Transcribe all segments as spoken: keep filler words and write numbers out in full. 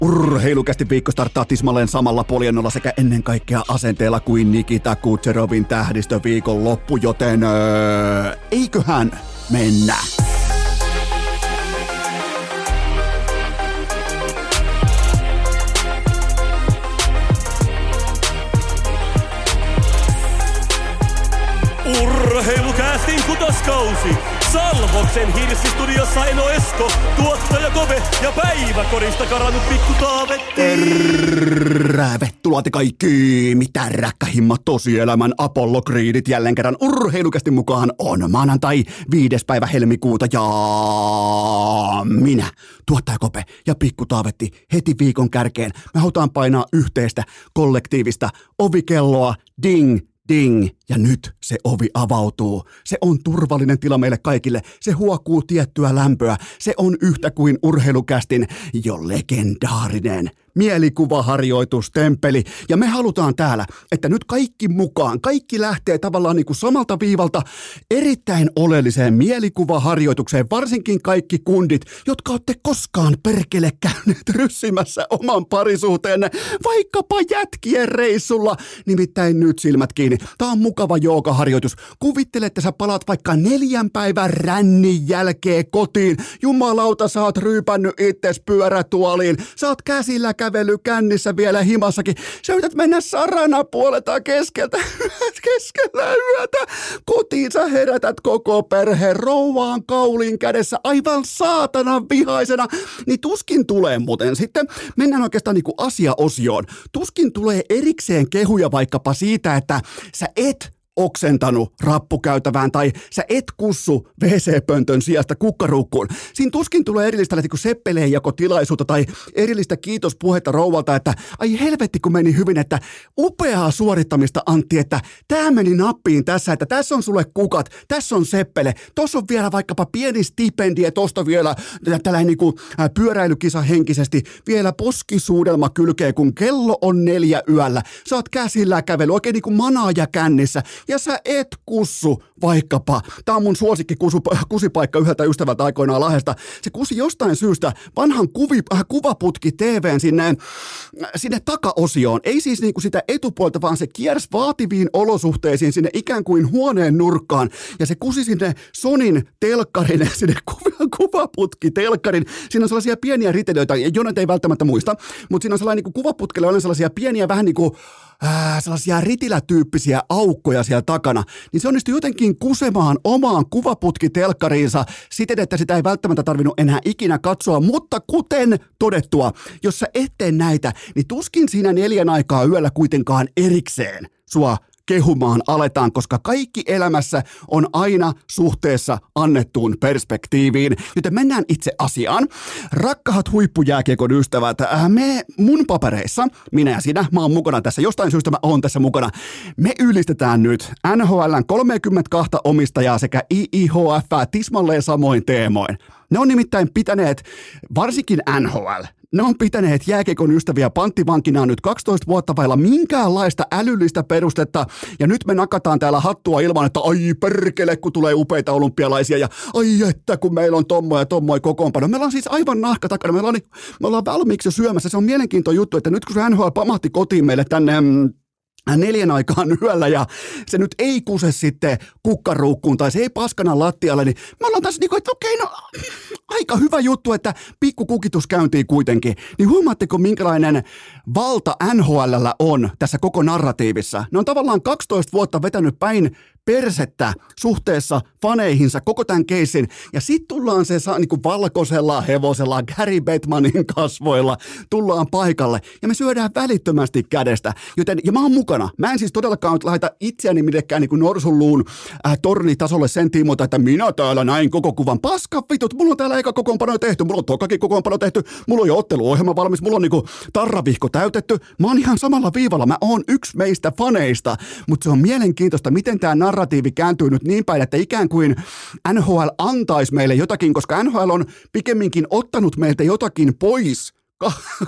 Urheilukästi viikko starttaa tismalleen samalla poljennolla sekä ennen kaikkea asenteella kuin Nikita Kutserovin tähdistöviikon loppu, joten öö, eiköhän mennä. Urheilukästin kutoskausi! Salvoksen Hirssi-studiossa Eno Esko, tuottaja Kove ja päiväkorista karannut pikku Taavetti. Tervetuloa te kaikki, mitä räkkähimmat tosielämän Apollo-kriidit jälleen kerran Urheilukästin mukaan on maanantai viides päivä helmikuuta ja minä, tuottaja Kope ja pikku Taavetti heti viikon kärkeen. Me halutaan painaa yhteistä kollektiivista ovikelloa, ding, ding, ja nyt se ovi avautuu. Se on turvallinen tila meille kaikille. Se huokuu tiettyä lämpöä. Se on yhtä kuin Urheilukästin jo legendaarinen mielikuvaharjoitustempeli. Ja me halutaan täällä, että nyt kaikki mukaan, kaikki lähtee tavallaan niin kuin samalta viivalta erittäin oleelliseen mielikuvaharjoitukseen, varsinkin kaikki kundit, jotka olette koskaan perkele käyneet ryssimässä oman parisuuteenne, vaikkapa jätkien reissulla. Nimittäin nyt silmät kiinni. Tää on mukava joogaharjoitus. Kuvittele, että sä palaat vaikka neljän päivän rännin jälkeen kotiin. Jumalauta, sä oot ryypännyt itses pyörätuoliin. Sä oot käsillä kävely kännissä vielä himassakin. Sä yrität mennä sarana puolelta keskeltä, keskellä yötä. Kotiin sä herätät koko perheen rouvaan kaulin kädessä aivan saatanan vihaisena. Niin tuskin tulee muuten sitten. Mennään oikeastaan niinku asiaosioon. Tuskin tulee erikseen kehuja vaikkapa siitä, että sä et oksentanut rappukäytävään tai sä et kussu wee see-pöntön sijasta kukkaruukkuun. Siinä tuskin tulee erillistä niin seppeleenjakotilaisuutta tai erillistä kiitospuhetta rouvalta, että ai helvetti kun meni hyvin, että upeaa suorittamista Antti, että tää meni nappiin tässä, että tässä on sulle kukat, tässä on seppele, tossa on vielä vaikkapa pieni stipendi ja tosta vielä tällainen niin kuin pyöräilykisa henkisesti, vielä poskisuudelma kylkee, kun kello on neljä yöllä. Sä oot käsillä kävely, oikein niin kuin manaaja kännissä. Ja sä et kussu vaikkapa, tää on mun suosikki kusu, kusipaikka yhdeltä ystävältä aikoinaan Lahdesta, se kusi jostain syystä vanhan kuvi, äh, kuvaputki T V:n sinne, sinne takaosioon, ei siis niinku sitä etupuolta, vaan se kiersi vaativiin olosuhteisiin sinne ikään kuin huoneen nurkkaan, ja se kusi sinne Sonin telkkarin, sinne kuvaputki telkkarin, siinä on sellaisia pieniä riteliöitä, jonet ei välttämättä muista, mutta siinä on sellainen niinku kuvaputkelle on sellaisia pieniä vähän niinku Äh, sellaisia ritilätyyppisiä aukkoja siellä takana, niin se onnistui jotenkin kusemaan omaan kuvaputkitelkkariinsa siten, että sitä ei välttämättä tarvinnut enää ikinä katsoa, mutta kuten todettua, jos sä et tee näitä, niin tuskin siinä neljän aikaa yöllä kuitenkaan erikseen sua kehumaan aletaan, koska kaikki elämässä on aina suhteessa annettuun perspektiiviin. Joten mennään itse asiaan. Rakkahat huippujääkiekon ystävät, me mun papereissa, minä ja sinä, mä oon mukana tässä, jostain syystä mä oon tässä mukana. Me ylistetään nyt N H L:n kolmekymmentäkaksi omistajaa sekä I I H F tismalleen samoin teemoin. Ne on nimittäin pitäneet, varsinkin N H L, ne on pitäneet jääkiekon ystäviä panttivankinaan nyt kaksitoista vuotta vailla minkäänlaista älyllistä perustetta, ja nyt me nakataan täällä hattua ilman, että ai perkele, kun tulee upeita olympialaisia, ja ai että kun meillä on tommoja ja tommoja kokoonpano. Meillä on siis aivan nahka takana, meillä on, me ollaan valmiiksi jo syömässä, se on mielenkiintoinen juttu, että nyt kun se N H L pamahti kotiin meille tänne neljän aikaan yöllä ja se nyt ei kuse sitten kukkaruukkuun tai se ei paskana lattialle, niin me ollaan tässä niin kuin, että okei, no aika hyvä juttu, että pikku kukitus käyntiin kuitenkin. Niin huomaatteko, minkälainen valta N H L:llä on tässä koko narratiivissa? Ne on tavallaan kaksitoista vuotta vetänyt päin persettä suhteessa faneihinsa koko tämän keissin, ja sit tullaan se niin kuin valkoisella hevosella Gary Bettmanin kasvoilla, tullaan paikalle, ja me syödään välittömästi kädestä, joten, ja mä oon mukana. Mä en siis todellakaan laita itseäni millekään niin kuin norsunluun äh, tornitasolle sen tiimoilta, että minä täällä näin koko kuvan. Paska vitut, mulla on täällä eka kokoonpano tehty, mulla on tokakin kokoonpano tehty, mulla on jo otteluohjelma valmis, mulla on niin kuin tarravihko täytetty, mä oon ihan samalla viivalla, mä oon yksi meistä faneista, mutta se on mielenkiintoista, miten tää narratiivi kääntyy nyt niin päin, että ikään kuin N H L antaisi meille jotakin, koska N H L on pikemminkin ottanut meiltä jotakin pois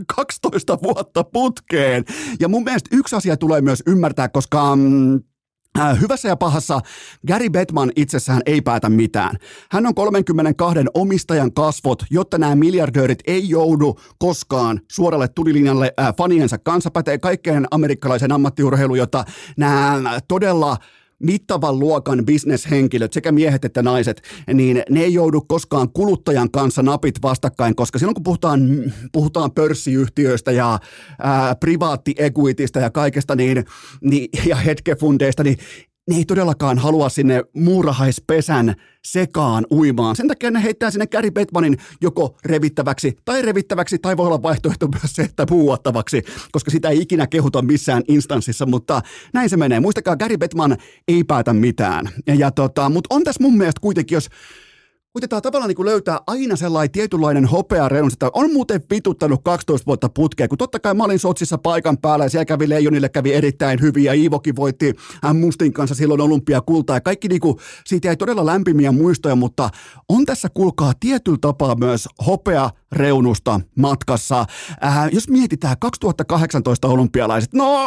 kaksitoista vuotta putkeen. Ja mun mielestä yksi asia tulee myös ymmärtää, koska mm, Äh, hyvässä ja pahassa Gary Bettman itsessään ei päätä mitään. Hän on kolmekymmentäkaksi omistajan kasvot, jotta nämä miljardöörit ei joudu koskaan suoralle tulilinjalle äh, faniensa kanssa. Pätee kaikkeen amerikkalaisen ammattiurheiluun, jotta nämä todella mittavan luokan bisneshenkilöt, sekä miehet että naiset, niin ne ei joudu koskaan kuluttajan kanssa napit vastakkain, koska silloin kun puhutaan, puhutaan pörssiyhtiöistä ja ää, privaatti-equitystä ja kaikesta, niin, niin, ja hetkefundeista, niin ne ei todellakaan halua sinne muurahaispesän sekaan uimaan. Sen takia ne heittää sinne Gary Bettmanin joko revittäväksi tai revittäväksi, tai voi olla vaihtoehto myös se, että puuattavaksi, koska sitä ei ikinä kehuta missään instanssissa, mutta näin se menee. Muistakaa, Gary Bettman ei päätä mitään. Ja, ja tota, mutta on tässä mun mielestä kuitenkin, jos Kuitenkaan tavallaan niin kuin löytää aina sellainen tietynlainen hopeareunus, että on muuten vituttanut kaksitoista vuotta putkeen, kun totta kai mä olin Sotsissa paikan päällä ja siellä kävi Leijonille kävi erittäin hyvin ja Iivokin voitti Mustin kanssa silloin olympiakultaa ja kaikki niin kuin, siitä ei todella lämpimiä muistoja, mutta on tässä kuulkaa tietyllä tapaa myös hopeareunusta matkassa. Äh, jos mietitään kaksituhattakahdeksantoista olympialaiset, no...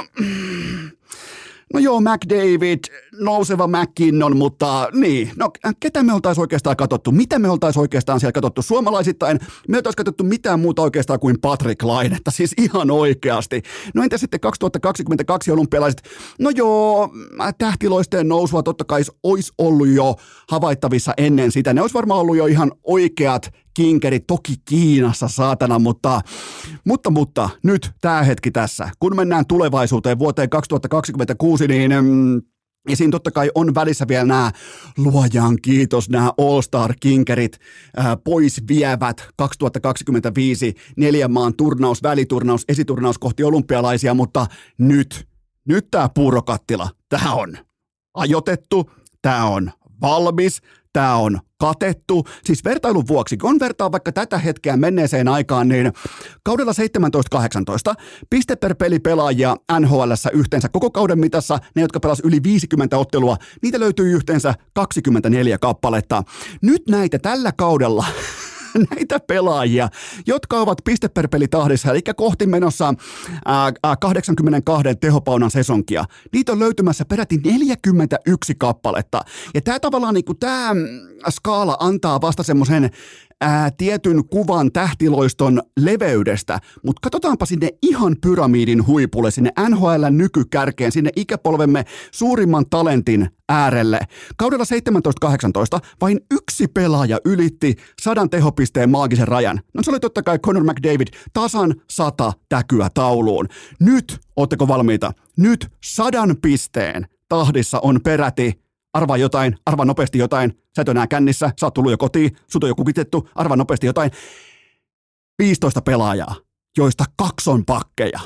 No joo, McDavid, nouseva McKinnon, mutta niin, no ketä me oltaisiin oikeastaan katsottu? Mitä me oltaisiin oikeastaan siellä katsottu? Suomalaisittain me oltaisiin katsottu mitään muuta oikeastaan kuin Patrick Lainetta, siis ihan oikeasti. No entä sitten kaksituhattakaksikymmentäkaksi olympialaiset? No joo, tähtiloisteen nousua totta kai olisi ollut jo havaittavissa ennen sitä. Ne olisi varmaan ollut jo ihan oikeat kinkerit, toki Kiinassa saatana, mutta, mutta, mutta nyt tämä hetki tässä. Kun mennään tulevaisuuteen vuoteen kaksituhattakaksikymmentäkuusi, niin mm, ja siinä totta kai on välissä vielä nämä luojan kiitos, nämä All-Star-kinkerit ää, pois vievät kaksituhattakaksikymmentäviisi neljän maan turnaus, väliturnaus, esiturnaus kohti olympialaisia, mutta nyt, nyt tämä puurokattila, tämä on ajotettu, tämä on valmis, tämä on katettu. Siis vertailun vuoksi, kun vertaa vaikka tätä hetkeä menneeseen aikaan, niin kaudella seitsemäntoista kahdeksantoista piste per peli pelaajia N H L:ssä yhteensä koko kauden mitassa, ne jotka pelas yli viisikymmentä ottelua, niitä löytyy yhteensä kaksikymmentäneljä kappaletta. Nyt näitä tällä kaudella näitä pelaajia, jotka ovat piste per peli tahdissa, eli kohti menossa ää, kahdeksankymmentäkaksi tehopaunan sesonkia. Niitä on löytymässä peräti neljäkymmentäyksi kappaletta. Ja tämä tavallaan niin kuin tämä skaala antaa vasta semmoisen ää, tietyn kuvan tähtiloiston leveydestä, mutta katsotaanpa sinne ihan pyramidin huipulle, sinne N H L:n nykykärkeen, sinne ikäpolvemme suurimman talentin äärelle. Kaudella seitsemäntoista kahdeksantoista vain yksi pelaaja ylitti sadan tehopisteen maagisen rajan. No se oli totta kai Connor McDavid, tasan sata täkyä tauluun. Nyt, ootteko valmiita? Nyt sadan pisteen tahdissa on peräti, arvaa jotain, arvaa nopeasti jotain, sä et ole enää kännissä, sä oot tullut jo kotiin, sut on jo kuvitettu, arvaa nopeasti jotain. viisitoista pelaajaa, joista kaksi on pakkeja.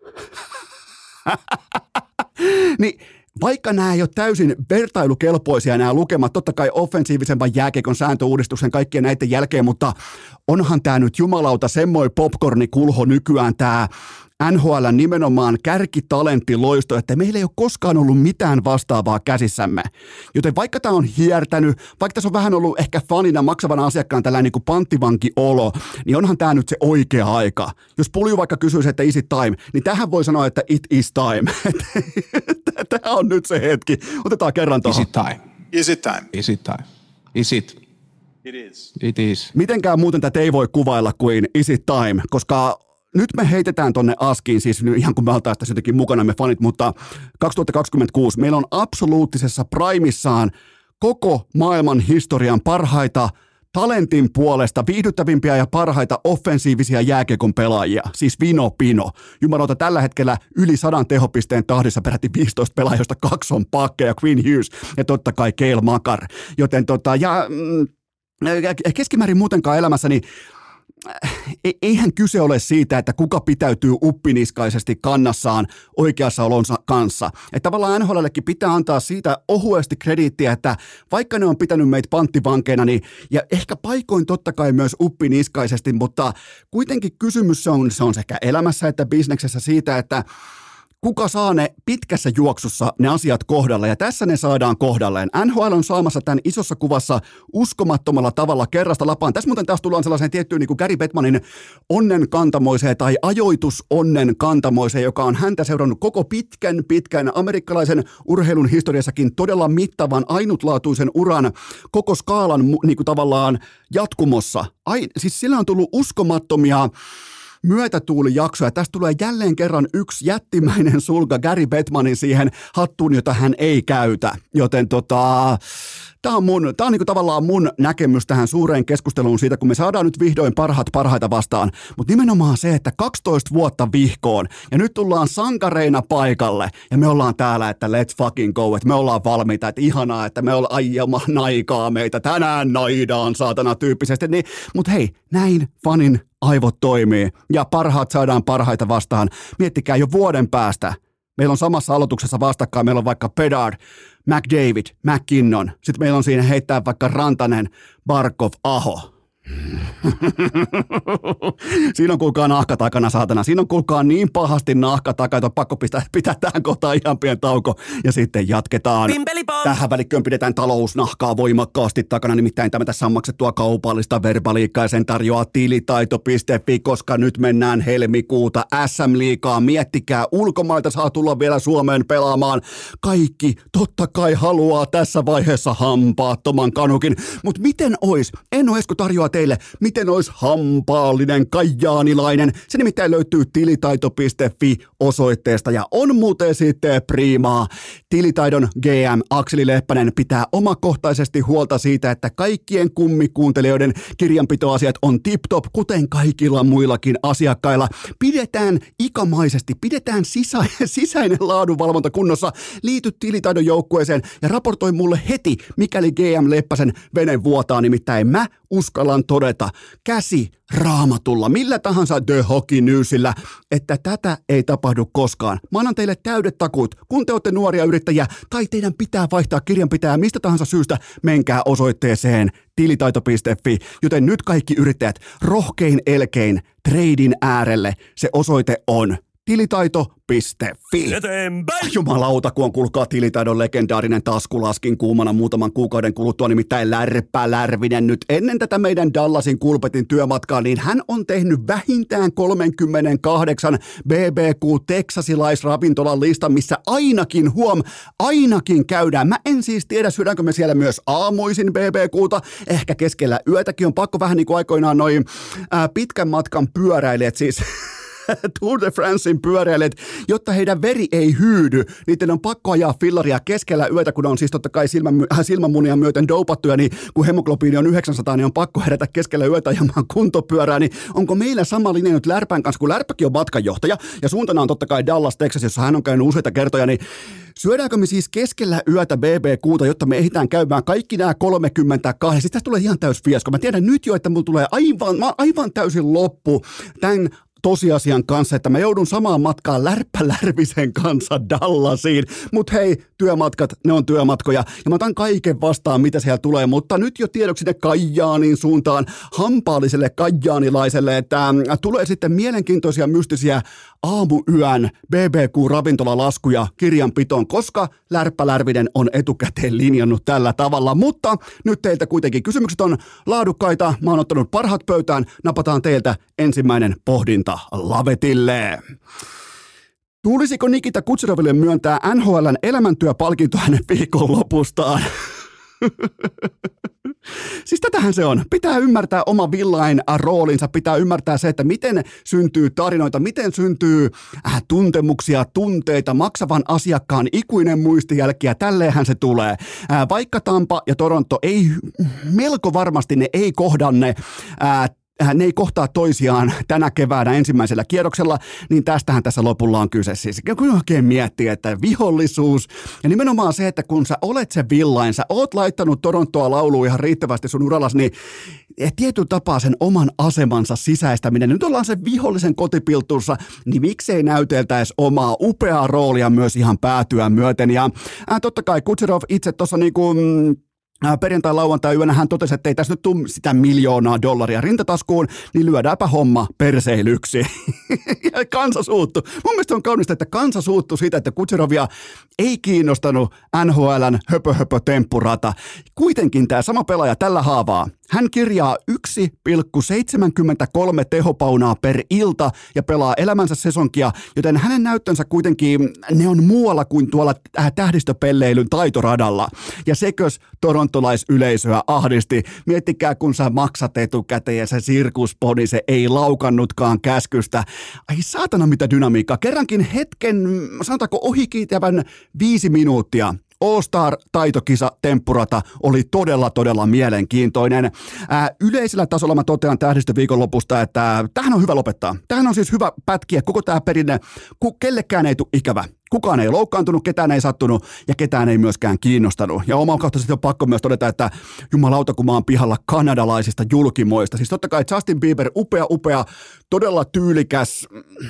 Niin vaikka nämä ei ole täysin vertailukelpoisia nämä lukemat, totta kai offensiivisemman jääkiekon sääntöuudistuksen kaikkien näiden jälkeen, mutta onhan tämä nyt jumalauta semmoinen popcornikulho nykyään tämä N H L nimenomaan kärkitalenttiloisto, että meillä ei ole koskaan ollut mitään vastaavaa käsissämme. Joten vaikka tämä on hiertänyt, vaikka tässä on vähän ollut ehkä fanina maksavana asiakkaan tällainen niin kuin panttivanki-olo, niin onhan tämä nyt se oikea aika. Jos Pulju vaikka kysyisi, että is it time, niin tähän voi sanoa, että it is time. Tämä on nyt se hetki. Otetaan kerran tuohon. Is it time? Is it time? Is it time? Is it? It is. It is. Mitenkään muuten tätä ei voi kuvailla kuin is it time, koska nyt me heitetään tonne askiin, siis ihan kun me oltaisiin tässä jotenkin mukana me fanit, mutta kaksituhattakaksikymmentäkuusi meillä on absoluuttisessa primissaan koko maailman historian parhaita talentin puolesta viihdyttävimpiä ja parhaita offensiivisia jääkiekon pelaajia, siis Vino Pino. Jumalauta, tällä hetkellä yli sadan tehopisteen tahdissa peräti viisitoista pelaajia, joista kaksi on pakkeja, Quinn Hughes ja totta kai Cale Makar. Joten tota, ja mm, keskimäärin muutenkaan elämässäni eihän kyse ole siitä, että kuka pitäytyy uppiniskaisesti kannassaan oikeassa olonsa kanssa. Että tavallaan N H L:llekin pitää antaa siitä ohuesti krediittiä, että vaikka ne on pitänyt meitä panttivankeina, niin ja ehkä paikoin totta kai myös uppiniskaisesti, mutta kuitenkin kysymys on, se on sekä elämässä että bisneksessä siitä, että kuka saa ne pitkässä juoksussa ne asiat kohdalle, ja tässä ne saadaan kohdalleen. N H L on saamassa tämän isossa kuvassa uskomattomalla tavalla kerrasta lapaan. Tässä muuten taas tullaan sellaiseen tiettyyn niin kuin Gary Bettmanin onnen kantamoiseen tai ajoitusonnen kantamoiseen, joka on häntä seurannut koko pitkän, pitkän amerikkalaisen urheilun historiassakin todella mittavan, ainutlaatuisen uran koko skaalan niin kuin tavallaan jatkumossa. Ai, siis sillä on tullut uskomattomia myötätuulijaksoja. Tästä tulee jälleen kerran yksi jättimäinen sulka Gary Bettmanin siihen hattuun, jota hän ei käytä. Joten tota, tämä on, mun, tää on niinku tavallaan mun näkemys tähän suureen keskusteluun siitä, kun me saadaan nyt vihdoin parhaat parhaita vastaan. Mutta nimenomaan se, että kaksitoista vuotta vihkoon ja nyt tullaan sankareina paikalle ja me ollaan täällä, että let's fucking go, että me ollaan valmiita, että ihanaa, että me ollaan aiemma naikaa meitä, tänään naidaan saatana tyyppisesti. Niin, mutta hei, näin fanin aivot toimii ja parhaat saadaan parhaita vastaan. Miettikää jo vuoden päästä. Meillä on samassa aloituksessa vastakkain, meillä on vaikka Bedard, McDavid, McKinnon. Sitten meillä on siinä heittää vaikka Rantanen, Barkov, Aho. Siinä on kuulkaa nahka takana, saatana. Siinä on kuulkaa niin pahasti nahka takana, että on pakko pistää, pitää tähän kohtaan ihan pieni tauko ja sitten jatketaan. Pimpelipom. Tähän välikköön pidetään talousnahkaa voimakkaasti takana, nimittäin tämä tässä on maksettua kaupallista verbaliikkaa ja sen tarjoaa tilitaito piste fi, koska nyt mennään helmikuuta S M-liigaa. Miettikää, ulkomaita saa tulla vielä Suomeen pelaamaan. Kaikki totta kai haluaa tässä vaiheessa hampaattoman kanukin, mutta miten ois? Enno Esko tarjoaa teille, miten ois hampaallinen kajaanilainen. Se nimittäin löytyy tilitaito piste fi osoitteesta ja on muuten sitten priimaa. Tilitaidon G M Akseli Leppänen pitää omakohtaisesti huolta siitä, että kaikkien kummikuuntelijoiden kirjanpitoasiat on tip-top, kuten kaikilla muillakin asiakkailla. Pidetään ikamaisesti, pidetään sisä, sisäinen laadunvalvonta kunnossa. Liity tilitaidon joukkueeseen ja raportoi mulle heti, mikäli G M Leppäsen vene vuotaa, nimittäin mä uskallan todeta käsi raamatulla, millä tahansa The Hockey Newsillä, että tätä ei tapahdu koskaan. Mä annan teille täydet takuut, kun te olette nuoria yrittäjiä tai teidän pitää vaihtaa kirjanpitäjää mistä tahansa syystä, menkää osoitteeseen tilitaito piste fi, joten nyt kaikki yrittäjät rohkein elkein treidin äärelle. Se osoite on tilitaito piste fi. Eteenpäin! Jumalauta, kun on kuulkaa tilitaidon legendaarinen taskulaskin kuumana muutaman kuukauden kuluttua, nimittäin Lärppä Lärvinen nyt ennen tätä meidän Dallasin Kulpetin työmatkaa, niin hän on tehnyt vähintään kolmekymmentäkahdeksan B B Q teksasilaisravintolan listan, missä ainakin, huom, ainakin käydään. Mä en siis tiedä, syödäänkö me siellä myös aamuisin B B Q:ta, ehkä keskellä yötäkin on pakko vähän niin kuin aikoinaan noin ää, pitkän matkan pyöräilijät siis Tour de Francein pyöräilijät, jotta heidän veri ei hyydy. Niiden on pakko ajaa fillaria keskellä yötä, kun on siis totta kai silmän, silmänmunia myöten dopattuja, niin kun hemoglobiini on yhdeksänsataa, niin on pakko herätä keskellä yötä ajamaan kuntopyörää. Niin onko meillä sama linja nyt Lärpän kanssa, kun Lärpäkin on matkanjohtaja, ja suuntana on totta kai Dallas, Texas, jossa hän on käynyt useita kertoja, niin syödäänkö me siis keskellä yötä B B Q:ta, jotta me ehditään käymään kaikki nämä kolmekymmentäkaksi? Siis tästä tulee ihan täys fiasko. Mä tiedän nyt jo, että mulla tulee aivan, aivan täysin loppu tämän tosiasian kanssa, että mä joudun samaan matkaan Lärppä Lärvisen kanssa Dallasiin. Mutta hei, työmatkat, ne on työmatkoja. Ja mä otan kaiken vastaan, mitä siellä tulee. Mutta nyt jo tiedoksi sinne Kajaanin suuntaan, hampaalliselle kajaanilaiselle, että äh, tulee sitten mielenkiintoisia mystisiä aamuyön B B Q-ravintolalaskuja kirjanpitoon, koska Lärppä Lärvinen on etukäteen linjannut tällä tavalla. Mutta nyt teiltä kuitenkin kysymykset on laadukkaita. Mä oon ottanut parhaat pöytään. Napataan teiltä ensimmäinen pohdinta lavetille. Tulisiko Nikita Kutseroville myöntää N H L:n elämäntyöpalkinto hänen viikonlopustaan? Siis tätähän se on. Pitää ymmärtää oma villain roolinsa, pitää ymmärtää se, että miten syntyy tarinoita, miten syntyy äh, tuntemuksia, tunteita, maksavan asiakkaan ikuinen muistijälki ja tälleenhän se tulee. Äh, vaikka Tampa ja Toronto ei, melko varmasti ne ei kohdanne äh, ne ei kohtaa toisiaan tänä keväänä ensimmäisellä kierroksella, niin tästähän tässä lopulla on kyse. Siis kun oikein miettii, että vihollisuus ja nimenomaan se, että kun sä olet se villain, sä oot laittanut Torontoa lauluun ihan riittävästi sun urallas, niin tietyllä tapaa sen oman asemansa sisäistäminen. Nyt ollaan se vihollisen kotipiltussa, niin miksei näyteltäisi omaa upeaa roolia myös ihan päätyä myöten. Ja äh, totta kai Kutserov itse tuossa niinku perjantai-lauantai-yönä hän totesi, että ei tässä nyt tule sitä miljoonaa dollaria rintataskuun, niin lyödäänpä homma perseilyksi. Ja kansa suuttu. Mun mielestä on kaunista, että kansa suuttu siitä, että Kucherovia ei kiinnostanut N H L:n höpö-höpö-temppurata. Kuitenkin tämä sama pelaaja tällä haavaa. Hän kirjaa yksi pilkku seitsemänkymmentäkolme tehopaunaa per ilta ja pelaa elämänsä sesonkia, joten hänen näyttönsä kuitenkin, ne on muualla kuin tuolla tähdistöpelleilyn taitoradalla. Ja sekös torontolaisyleisöä ahdisti. Miettikää, kun sä maksat etukäteen ja se sirkusponi, se ei laukannutkaan käskystä. Ai saatana mitä dynamiikkaa. Kerrankin hetken, sanotaanko ohikiitävän viisi minuuttia. All-Star-taitokisa temppurata oli todella, todella mielenkiintoinen. Ää, yleisellä tasolla mä totean tähdistöviikonlopusta, että tähän on hyvä lopettaa. Tähän on siis hyvä pätkiä koko tämä perinne. Ku, kellekään ei tule ikävä. Kukaan ei loukkaantunut, ketään ei sattunut ja ketään ei myöskään kiinnostanut. Ja omakohtaisesti on pakko myös todeta, että jumalauta kun mä oon pihalla kanadalaisista julkimoista. Siis totta kai Justin Bieber, upea, upea, todella tyylikäs,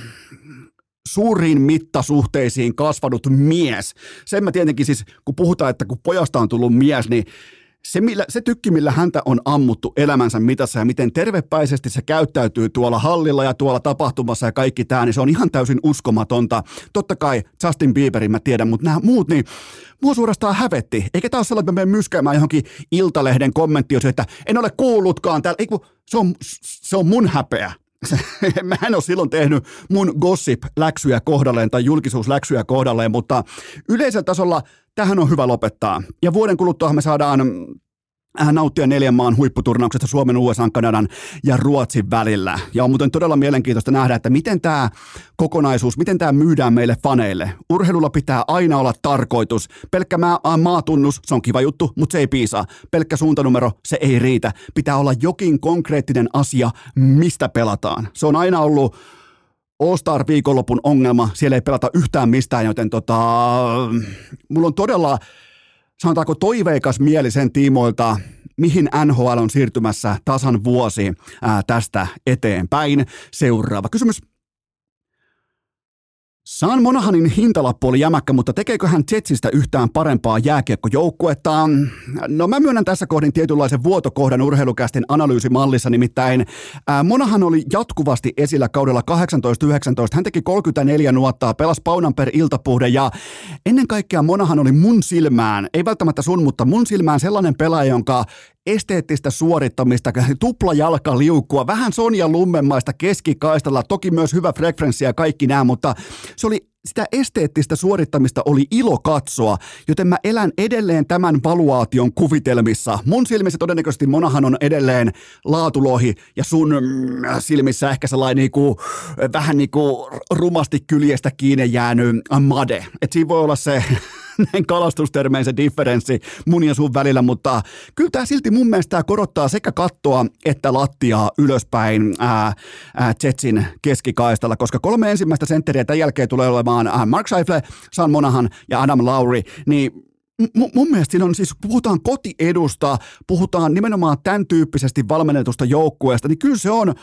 suuriin mittasuhteisiin kasvanut mies. Sen mä tietenkin siis, kun puhutaan, että kun pojasta on tullut mies, niin se, millä, se tykki, millä häntä on ammuttu elämänsä mitassa ja miten tervepäisesti se käyttäytyy tuolla hallilla ja tuolla tapahtumassa ja kaikki tämä, niin se on ihan täysin uskomatonta. Totta kai Justin Bieberin mä tiedän, mutta nämä muut, niin mua suorastaan hävetti. Eikä taas sellainen, että mä menen myskäämään johonkin Iltalehden kommenttioon, että en ole kuullutkaan täällä. Ei, kun se on, se on mun häpeä. Mä en ole silloin tehnyt mun gossip-läksyjä kohdalleen tai julkisuusläksyjä kohdalleen, mutta yleisellä tasolla tähän on hyvä lopettaa. Ja vuoden kuluttua me saadaan nauttia neljän maan huipputurnauksesta Suomen, U S A, Kanadan ja Ruotsin välillä. Ja on muuten todella mielenkiintoista nähdä, että miten tämä kokonaisuus, miten tämä myydään meille faneille. Urheilulla pitää aina olla tarkoitus. Pelkkä maatunnus, se on kiva juttu, mutta se ei piisaa. Pelkkä suuntanumero, se ei riitä. Pitää olla jokin konkreettinen asia, mistä pelataan. Se on aina ollut All-Star viikonlopun ongelma. Siellä ei pelata yhtään mistään, joten tota, mulla on todella, sanotaanko toiveikas mieli sen tiimoilta, mihin N H L on siirtymässä tasan vuosi ää, tästä eteenpäin. Seuraava kysymys. Sean Monahanin hintalappu oli jämäkkä, mutta tekeekö hän Jetsistä yhtään parempaa jääkiekkojoukkuetta? No mä myönnän tässä kohdin tietynlaisen vuotokohdan urheilukästin analyysimallissa, nimittäin ää, Monahan oli jatkuvasti esillä kaudella kahdeksantoista yhdeksäntoista. Hän teki kolmekymmentäneljä nuottaa, pelasi paunan per iltapuhde ja ennen kaikkea Monahan oli mun silmään, ei välttämättä sun, mutta mun silmään sellainen pelaaja, jonka esteettistä suorittamista, tuplajalkaliukkua, vähän Sonja Lummenmaista keskikaistalla, toki myös hyvä frekvenssi ja kaikki nämä, mutta se oli sitä esteettistä suorittamista oli ilo katsoa, joten mä elän edelleen tämän valuaation kuvitelmissa. Mun silmissä todennäköisesti Monahan on edelleen laatulohi ja sun silmissä ehkä sellainen niinku, vähän niinku rumasti kyljestä kiinni jäänyt made. Et siinä voi olla se näin kalastustermein se differenssi mun ja sun välillä, mutta kyllä tämä silti mun mielestä tää korottaa sekä kattoa että lattiaa ylöspäin ää, ää, Jetsin keskikaistalla, koska kolme ensimmäistä sentteriä tämän jälkeen tulee olemaan ää, Mark Scheifele, Sean Monahan ja Adam Lowry, niin M- mun mielestä siinä on siis, kun puhutaan kotiedusta, puhutaan nimenomaan tämän tyyppisesti valmennetusta joukkueesta, niin kyllä se on.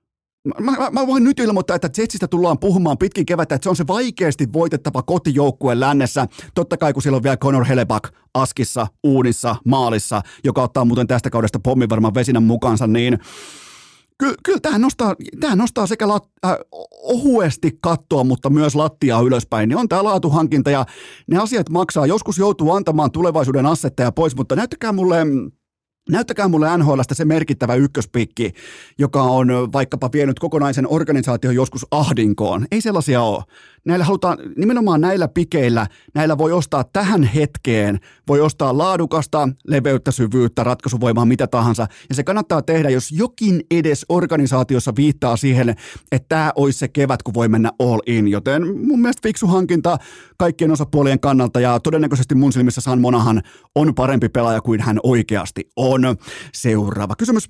Mä, mä, mä voin nyt ilmoittaa, että Jetsistä tullaan puhumaan pitkin kevättä, että se on se vaikeasti voitettava kotijoukkue lännessä. Totta kai, kun siellä on vielä Connor Hellebuyck askissa, uunissa, maalissa, joka ottaa muuten tästä kaudesta pommin varmaan vesinän mukaansa, niin Kyllä, kyllä tämähän nostaa, tämähän nostaa sekä lat, äh, ohuesti kattoa, mutta myös lattiaa ylöspäin. Niin on tämä laatuhankinta ja ne asiat maksaa. Joskus joutuu antamaan tulevaisuuden assetteja pois, mutta näyttäkää mulle, näyttäkää mulle N H L:stä se merkittävä ykköspikki, joka on vaikkapa vienyt kokonaisen organisaation joskus ahdinkoon. Ei sellaisia ole. Näillä halutaan, nimenomaan näillä pikeillä, näillä voi ostaa tähän hetkeen, voi ostaa laadukasta, leveyttä, syvyyttä, ratkaisuvoimaa, mitä tahansa. Ja se kannattaa tehdä, jos jokin edes organisaatiossa viittaa siihen, että tämä olisi se kevät, kun voi mennä all in. Joten mun mielestä fiksu hankinta kaikkien osapuolien kannalta ja todennäköisesti mun silmissä Sean Monahan on parempi pelaaja kuin hän oikeasti on. Seuraava kysymys.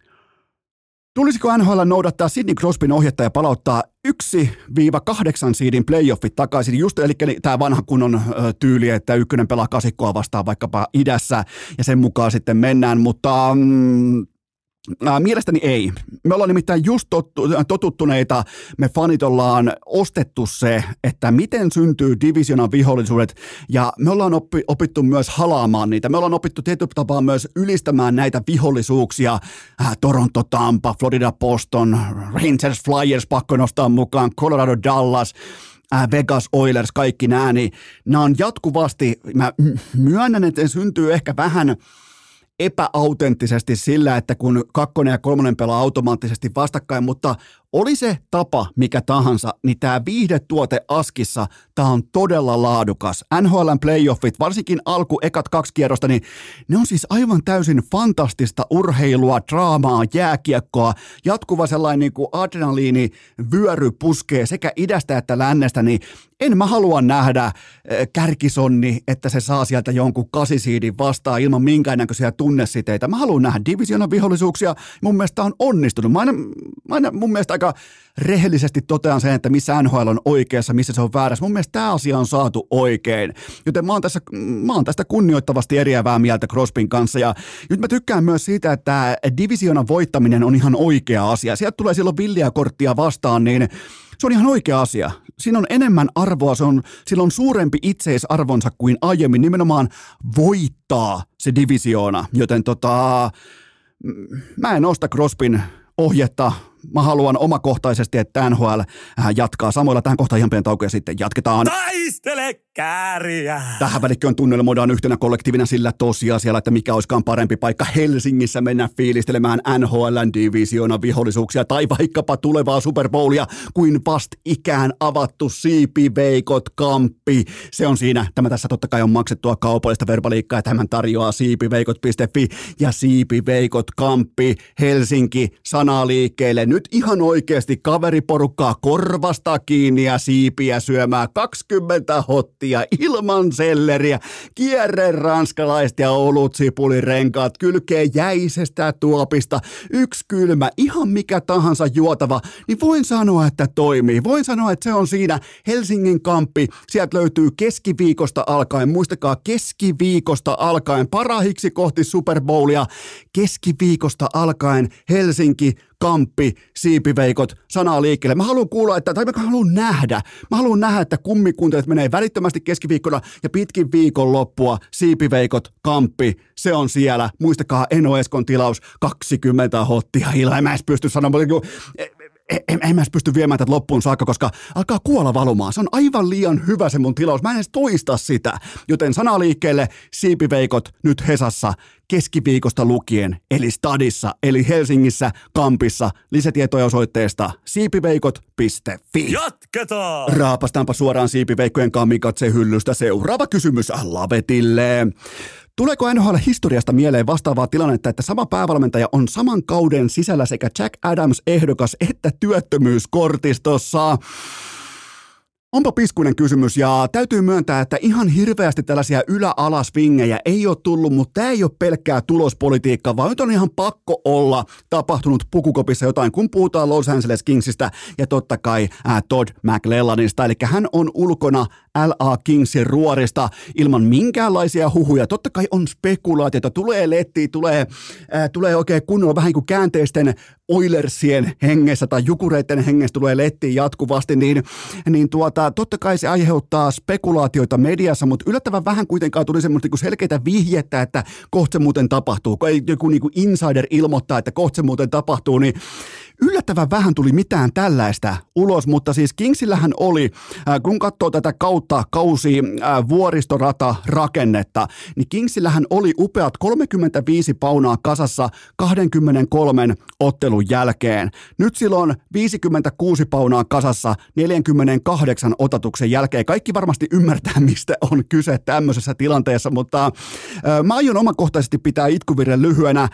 Tulisiko N H L noudattaa Sidney Crosbyn ohjetta ja palauttaa yksi kahdeksan seedin playoffit takaisin, just eli tämä vanha kunnon ö, tyyli, että ykkönen pelaa kasikkoa vastaan vaikkapa idässä ja sen mukaan sitten mennään, mutta mm, Ää, mielestäni ei. Me ollaan nimittäin just tottu, totuttuneita, me fanit ollaan ostettu se, että miten syntyy divisionan vihollisuudet, ja me ollaan oppi, opittu myös halaamaan niitä. Me ollaan opittu tietyllä tapaa myös ylistämään näitä vihollisuuksia. Ää, Toronto, Tampa, Florida, Boston, Rangers, Flyers pakko nostaa mukaan, Colorado, Dallas, Vegas Oilers, kaikki nämä, niin nämä on jatkuvasti, mä myönnän, että syntyy ehkä vähän epäautenttisesti sillä, että kun kakkonen ja kolmonen pelaa automaattisesti vastakkain, mutta oli se tapa mikä tahansa, niin tämä viihdetuote Askissa, tämä on todella laadukas. N H L:n playoffit, varsinkin alku ekat kaksi kierrosta, niin ne on siis aivan täysin fantastista urheilua, draamaa, jääkiekkoa, jatkuva sellainen niin kuin adrenaliini vyöry puskee sekä idästä että lännestä, niin en mä halua nähdä kärkisonni, että se saa sieltä jonkun kasisiidin vastaan ilman minkäännäköisiä tunnesiteitä. Mä haluan nähdä divisioonan vihollisuuksia, mun mielestä on onnistunut. Mä aina, mä aina mun mielestä aika rehellisesti totean sen, että missä N H L on oikeassa, missä se on väärässä. Mun mielestä tämä asia on saatu oikein. Joten mä oon, tässä, mä oon tästä kunnioittavasti eriävää mieltä Crosbyn kanssa. Ja nyt mä tykkään myös siitä, että divisioonan voittaminen on ihan oikea asia. Sieltä tulee silloin villiä korttia vastaan, niin se on ihan oikea asia. Siinä on enemmän arvoa, se on, sillä on suurempi itseisarvonsa kuin aiemmin. Nimenomaan voittaa se divisioona. Joten tota, mä en osta Crosbyn ohjetta. Mä haluan omakohtaisesti, että N H L jatkaa. Samoilla tähän kohtaan ihan pieni tauko ja sitten jatketaan. Taistele kääriä! Tähän välikköön tunnelmoidaan yhtenä kollektiivina sillä tosiasialla, että mikä olisikaan parempi paikka Helsingissä mennä fiilistelemään N H L:n divisioonan vihollisuuksia tai vaikkapa tulevaa Super Bowlia kuin vastikään avattu Siipiveikot-kamppi. Se on siinä. Tämä tässä totta kai on maksettua kaupallista verbaliikkaa ja tämän tarjoaa siipiveikot piste fi ja Siipiveikot-kamppi Helsinki sanaa liikkeelle. Nyt ihan oikeasti kaveriporukkaa korvasta kiinni ja siipiä syömään kaksikymmentä hottia ilman selleriä, kierre ranskalaiset ja olutsipulirenkaat kylkee jäisestä tuopista, yksi kylmä, ihan mikä tahansa juotava, niin voin sanoa, että toimii. Voin sanoa, että se on siinä Helsingin kamppi, sieltä löytyy keskiviikosta alkaen, muistakaa keskiviikosta alkaen, parahiksi kohti Super Bowlia, keskiviikosta alkaen Helsinki, kamppi, siipiveikot, sanaa liikkeelle. Mä haluan kuulla, että, tai mä haluan nähdä, mä haluan nähdä, että kummikuuntelet menee välittömästi keskiviikkona ja pitkin viikon loppua, siipiveikot, kamppi, se on siellä. Muistakaa Eno Eskon tilaus, kaksikymmentä hottia ilman. En mä edes pysty sanomaan, en, en mä edes pysty viemään tätä loppuun saakka, koska alkaa kuolla valumaan. Se on aivan liian hyvä se mun tilaus. Mä en edes toista sitä. Joten sanaa liikkeelle, siipiveikot nyt Hesassa keskiviikosta lukien, eli Stadissa, eli Helsingissä, kampissa. Lisätietoja osoitteesta siipiveikot piste fi. Jatketaan! Raapastaanpa suoraan siipiveikkojen kamikatse hyllystä. Seuraava kysymys Lavetille. Tuleeko N H L-historiasta mieleen vastaavaa tilannetta, että sama päävalmentaja on saman kauden sisällä sekä Jack Adams-ehdokas että työttömyyskortistossa? Onpa piskuinen kysymys ja täytyy myöntää, että ihan hirveästi tällaisia ylä-alas-vingejä ei ole tullut, mutta tämä ei ole pelkkää tulospolitiikkaa, vaan nyt on ihan pakko olla tapahtunut pukukopissa jotain, kun puhutaan Los Angeles Kingsistä ja totta kai ää, Todd McLellanista, eli hän on ulkona L A Kingsin ruorista ilman minkäänlaisia huhuja. Totta kai on spekulaatiota, tulee lettiä, tulee, ää, tulee oikein kunnolla vähän kuin käänteisten Oilersien hengessä tai Jukureiden hengessä tulee lettiin jatkuvasti, niin, niin tuota, totta kai se aiheuttaa spekulaatioita mediassa, mutta yllättävän vähän kuitenkaan tuli semmoista niin selkeitä vihjettä, että kohta se muuten tapahtuu. Kun joku niin kuin insider ilmoittaa, että kohta se muuten tapahtuu, niin yllättävän vähän tuli mitään tällaista ulos, mutta siis Kingsillähän oli, kun katsoo tätä kautta kausi vuoristorata rakennetta, niin Kingsillähän oli upeat kolmekymmentäviisi paunaa kasassa kaksikymmentäkolme ottelun jälkeen. Nyt silloin viisikymmentäkuusi paunaa kasassa neljäkymmentäkahdeksan otatuksen jälkeen. Kaikki varmasti ymmärtää, mistä on kyse tämmöisessä tilanteessa, mutta mä aion omakohtaisesti pitää itkuvirren lyhyenä.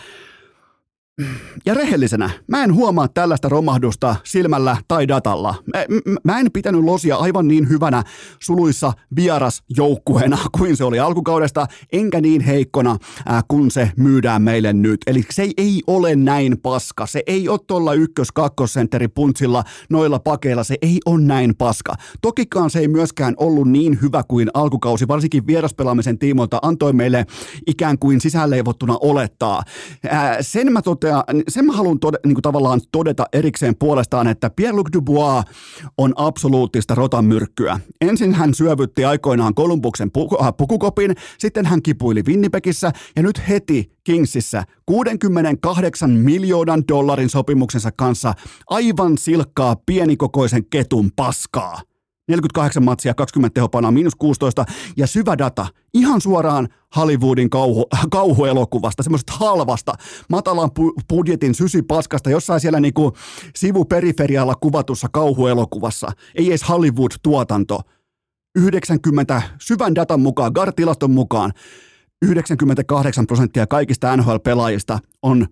Ja rehellisenä, mä en huomaa tällaista romahdusta silmällä tai datalla. Mä, mä en pitänyt Losia aivan niin hyvänä suluissa vierasjoukkueena kuin se oli alkukaudesta, enkä niin heikkona äh, kun se myydään meille nyt. Eli se ei ole näin paska. Se ei ole tuolla ykkös-kakkosentteri puntsilla noilla pakeilla. Se ei ole näin paska. Tokikaan se ei myöskään ollut niin hyvä kuin alkukausi, varsinkin vieraspelaamisen tiimoilta antoi meille ikään kuin sisäänleivottuna olettaa. Äh, sen mä totean, toteaa, sen mä haluan tode, niin kuin tavallaan todeta erikseen puolestaan, että Pierre-Luc Dubois on absoluuttista rotanmyrkkyä. Ensin hän syövytti aikoinaan Columbuksen pukukopin, sitten hän kipuili Winnipegissä ja nyt heti Kingsissä kuudenkymmenenkahdeksan miljoonan dollarin sopimuksensa kanssa aivan silkkaa pienikokoisen ketun paskaa. neljäkymmentäkahdeksan matsia, kaksikymmentä tehopainaa, miinus kuusitoista ja syvä data ihan suoraan Hollywoodin kauhu, kauhuelokuvasta, semmoisesta halvasta, matalan pu- budjetin sysipaskasta, jossain siellä niinku sivuperiferialla kuvatussa kauhuelokuvassa, ei edes Hollywood-tuotanto. yhdeksänkymmentä syvän datan mukaan, G A R-tilaston mukaan, yhdeksänkymmentäkahdeksan prosenttia kaikista N H L-pelaajista on...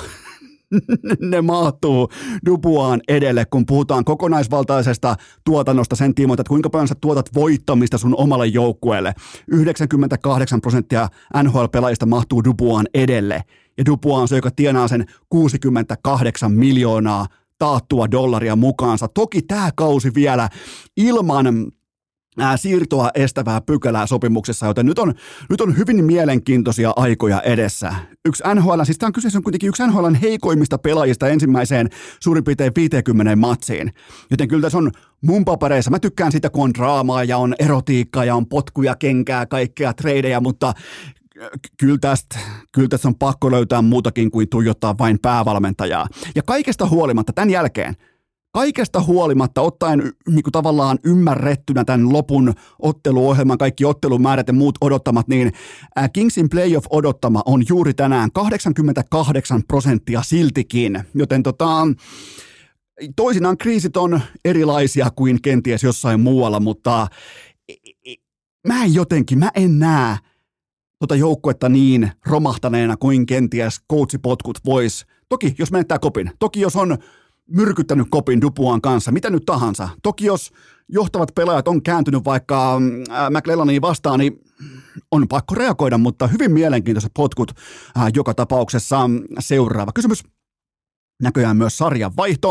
ne mahtuu Duboisin edelle, kun puhutaan kokonaisvaltaisesta tuotannosta sen tiimoilta, että kuinka paljon sä tuotat voittamista sun omalle joukkueelle. yhdeksänkymmentäkahdeksan prosenttia N H L-pelaajista mahtuu Duboisin edelle. Ja Dubois on se, joka tienaa sen kuusikymmentäkahdeksan miljoonaa taattua dollaria mukaansa. Toki tämä kausi vielä ilman Ää, siirtoa estävää pykälää sopimuksessa, joten nyt on, nyt on hyvin mielenkiintoisia aikoja edessä. Yksi N H L, siis tämä on kyseessä on kuitenkin yksi N H L:n heikoimmista pelaajista ensimmäiseen suurin piirtein viisikymmentä matsiin. Joten kyllä tässä on mun papereissa, mä tykkään sitä, kun on draamaa ja on erotiikkaa ja on potkuja, kenkää, kaikkea treidejä, mutta kyllä tästä, kyllä tästä on pakko löytää muutakin kuin tuijottaa vain päävalmentajaa. Ja kaikesta huolimatta tämän jälkeen, Kaikesta huolimatta, ottaen niin kuin tavallaan ymmärrettynä tämän lopun otteluohjelman, kaikki ottelumäärät ja muut odottamat, niin Kingsin playoff-odottama on juuri tänään kahdeksankymmentäkahdeksan prosenttia siltikin. Joten tota, toisinaan kriisit on erilaisia kuin kenties jossain muualla, mutta mä en jotenkin, mä en näe tota joukkuetta niin romahtaneena kuin kenties coachipotkut vois. Toki jos menettää kopin, toki jos on myrkyttänyt kopin Duboisin kanssa, mitä nyt tahansa. Toki jos johtavat pelaajat on kääntynyt vaikka McLellaniin vastaan, niin on pakko reagoida, mutta hyvin mielenkiintoiset potkut äh, joka tapauksessa. Seuraava kysymys. Näköjään myös sarjan vaihto.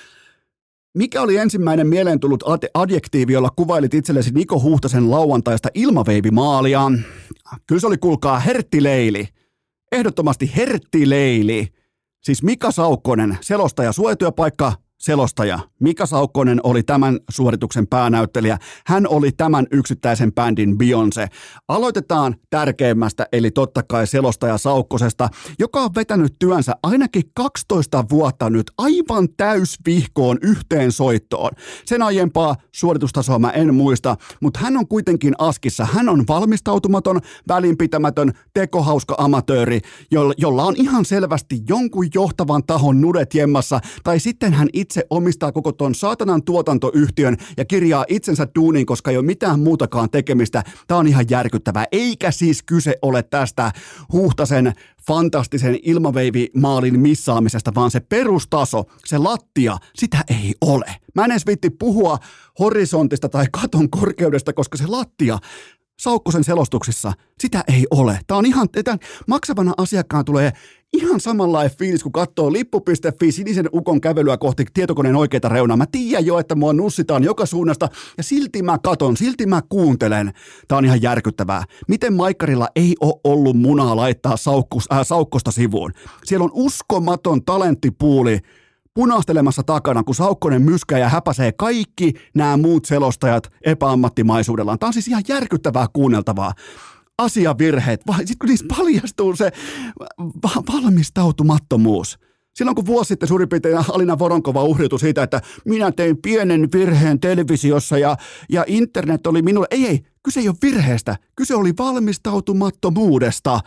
Mikä oli ensimmäinen mieleen tullut adjektiivi, jolla kuvailit itsellesi Niko Huhtasen lauantaista ilmaveivimaalia? Kyllä se oli, kuulkaa, herttileili. Ehdottomasti herttileili. Siis Mika Saukkonen, selostaja, suojatyöpaikka, selostaja. Mika Saukkonen oli tämän suorituksen päänäyttelijä. Hän oli tämän yksittäisen bändin Beyoncé. Aloitetaan tärkeimmästä, eli totta kai selostaja Saukkosesta, joka on vetänyt työnsä ainakin kaksitoista vuotta nyt aivan täysvihkoon yhteen soittoon. Sen aiempaa suoritustasoa mä en muista, mutta hän on kuitenkin askissa. Hän on valmistautumaton, välinpitämätön, tekohauska amatööri, jolla on ihan selvästi jonkun johtavan tahon nudet jemmassa, tai sitten hän itse itse omistaa koko ton saatanan tuotantoyhtiön ja kirjaa itsensä duuniin, koska ei ole mitään muutakaan tekemistä. Tämä on ihan järkyttävää. Eikä siis kyse ole tästä Huhtasen fantastisen ilmaveivimaalin missaamisesta, vaan se perustaso, se lattia, sitä ei ole. Mä en edes viitti puhua horisontista tai katon korkeudesta, koska se lattia Saukkosen selostuksissa, sitä ei ole. Tämä on ihan, tämän maksavana asiakkaan tulee ihan samanlainen fiilis, kun katsoo lippu piste fi sinisen ukon kävelyä kohti tietokoneen oikeita reunaa. Mä tiedän jo, että mua nussitaan joka suunnasta ja silti mä katon, silti mä kuuntelen. Tämä on ihan järkyttävää. Miten Maikkarilla ei ole ollut munaa laittaa saukkus, äh, Saukkosta sivuun? Siellä on uskomaton talenttipuuli punastelemassa takana, kun Saukkonen myskää ja häpäsee kaikki nämä muut selostajat epäammattimaisuudellaan. Tämä on siis ihan järkyttävää kuunneltavaa. Asiavirheet, sitten kun niissä paljastuu se va- valmistautumattomuus. Silloin kun vuosi sitten suurin piirtein Alina Voronkova uhriutui siitä, että minä tein pienen virheen televisiossa ja, ja internet oli minulle. Ei, ei, kyse ei ole virheestä, kyse oli valmistautumattomuudesta.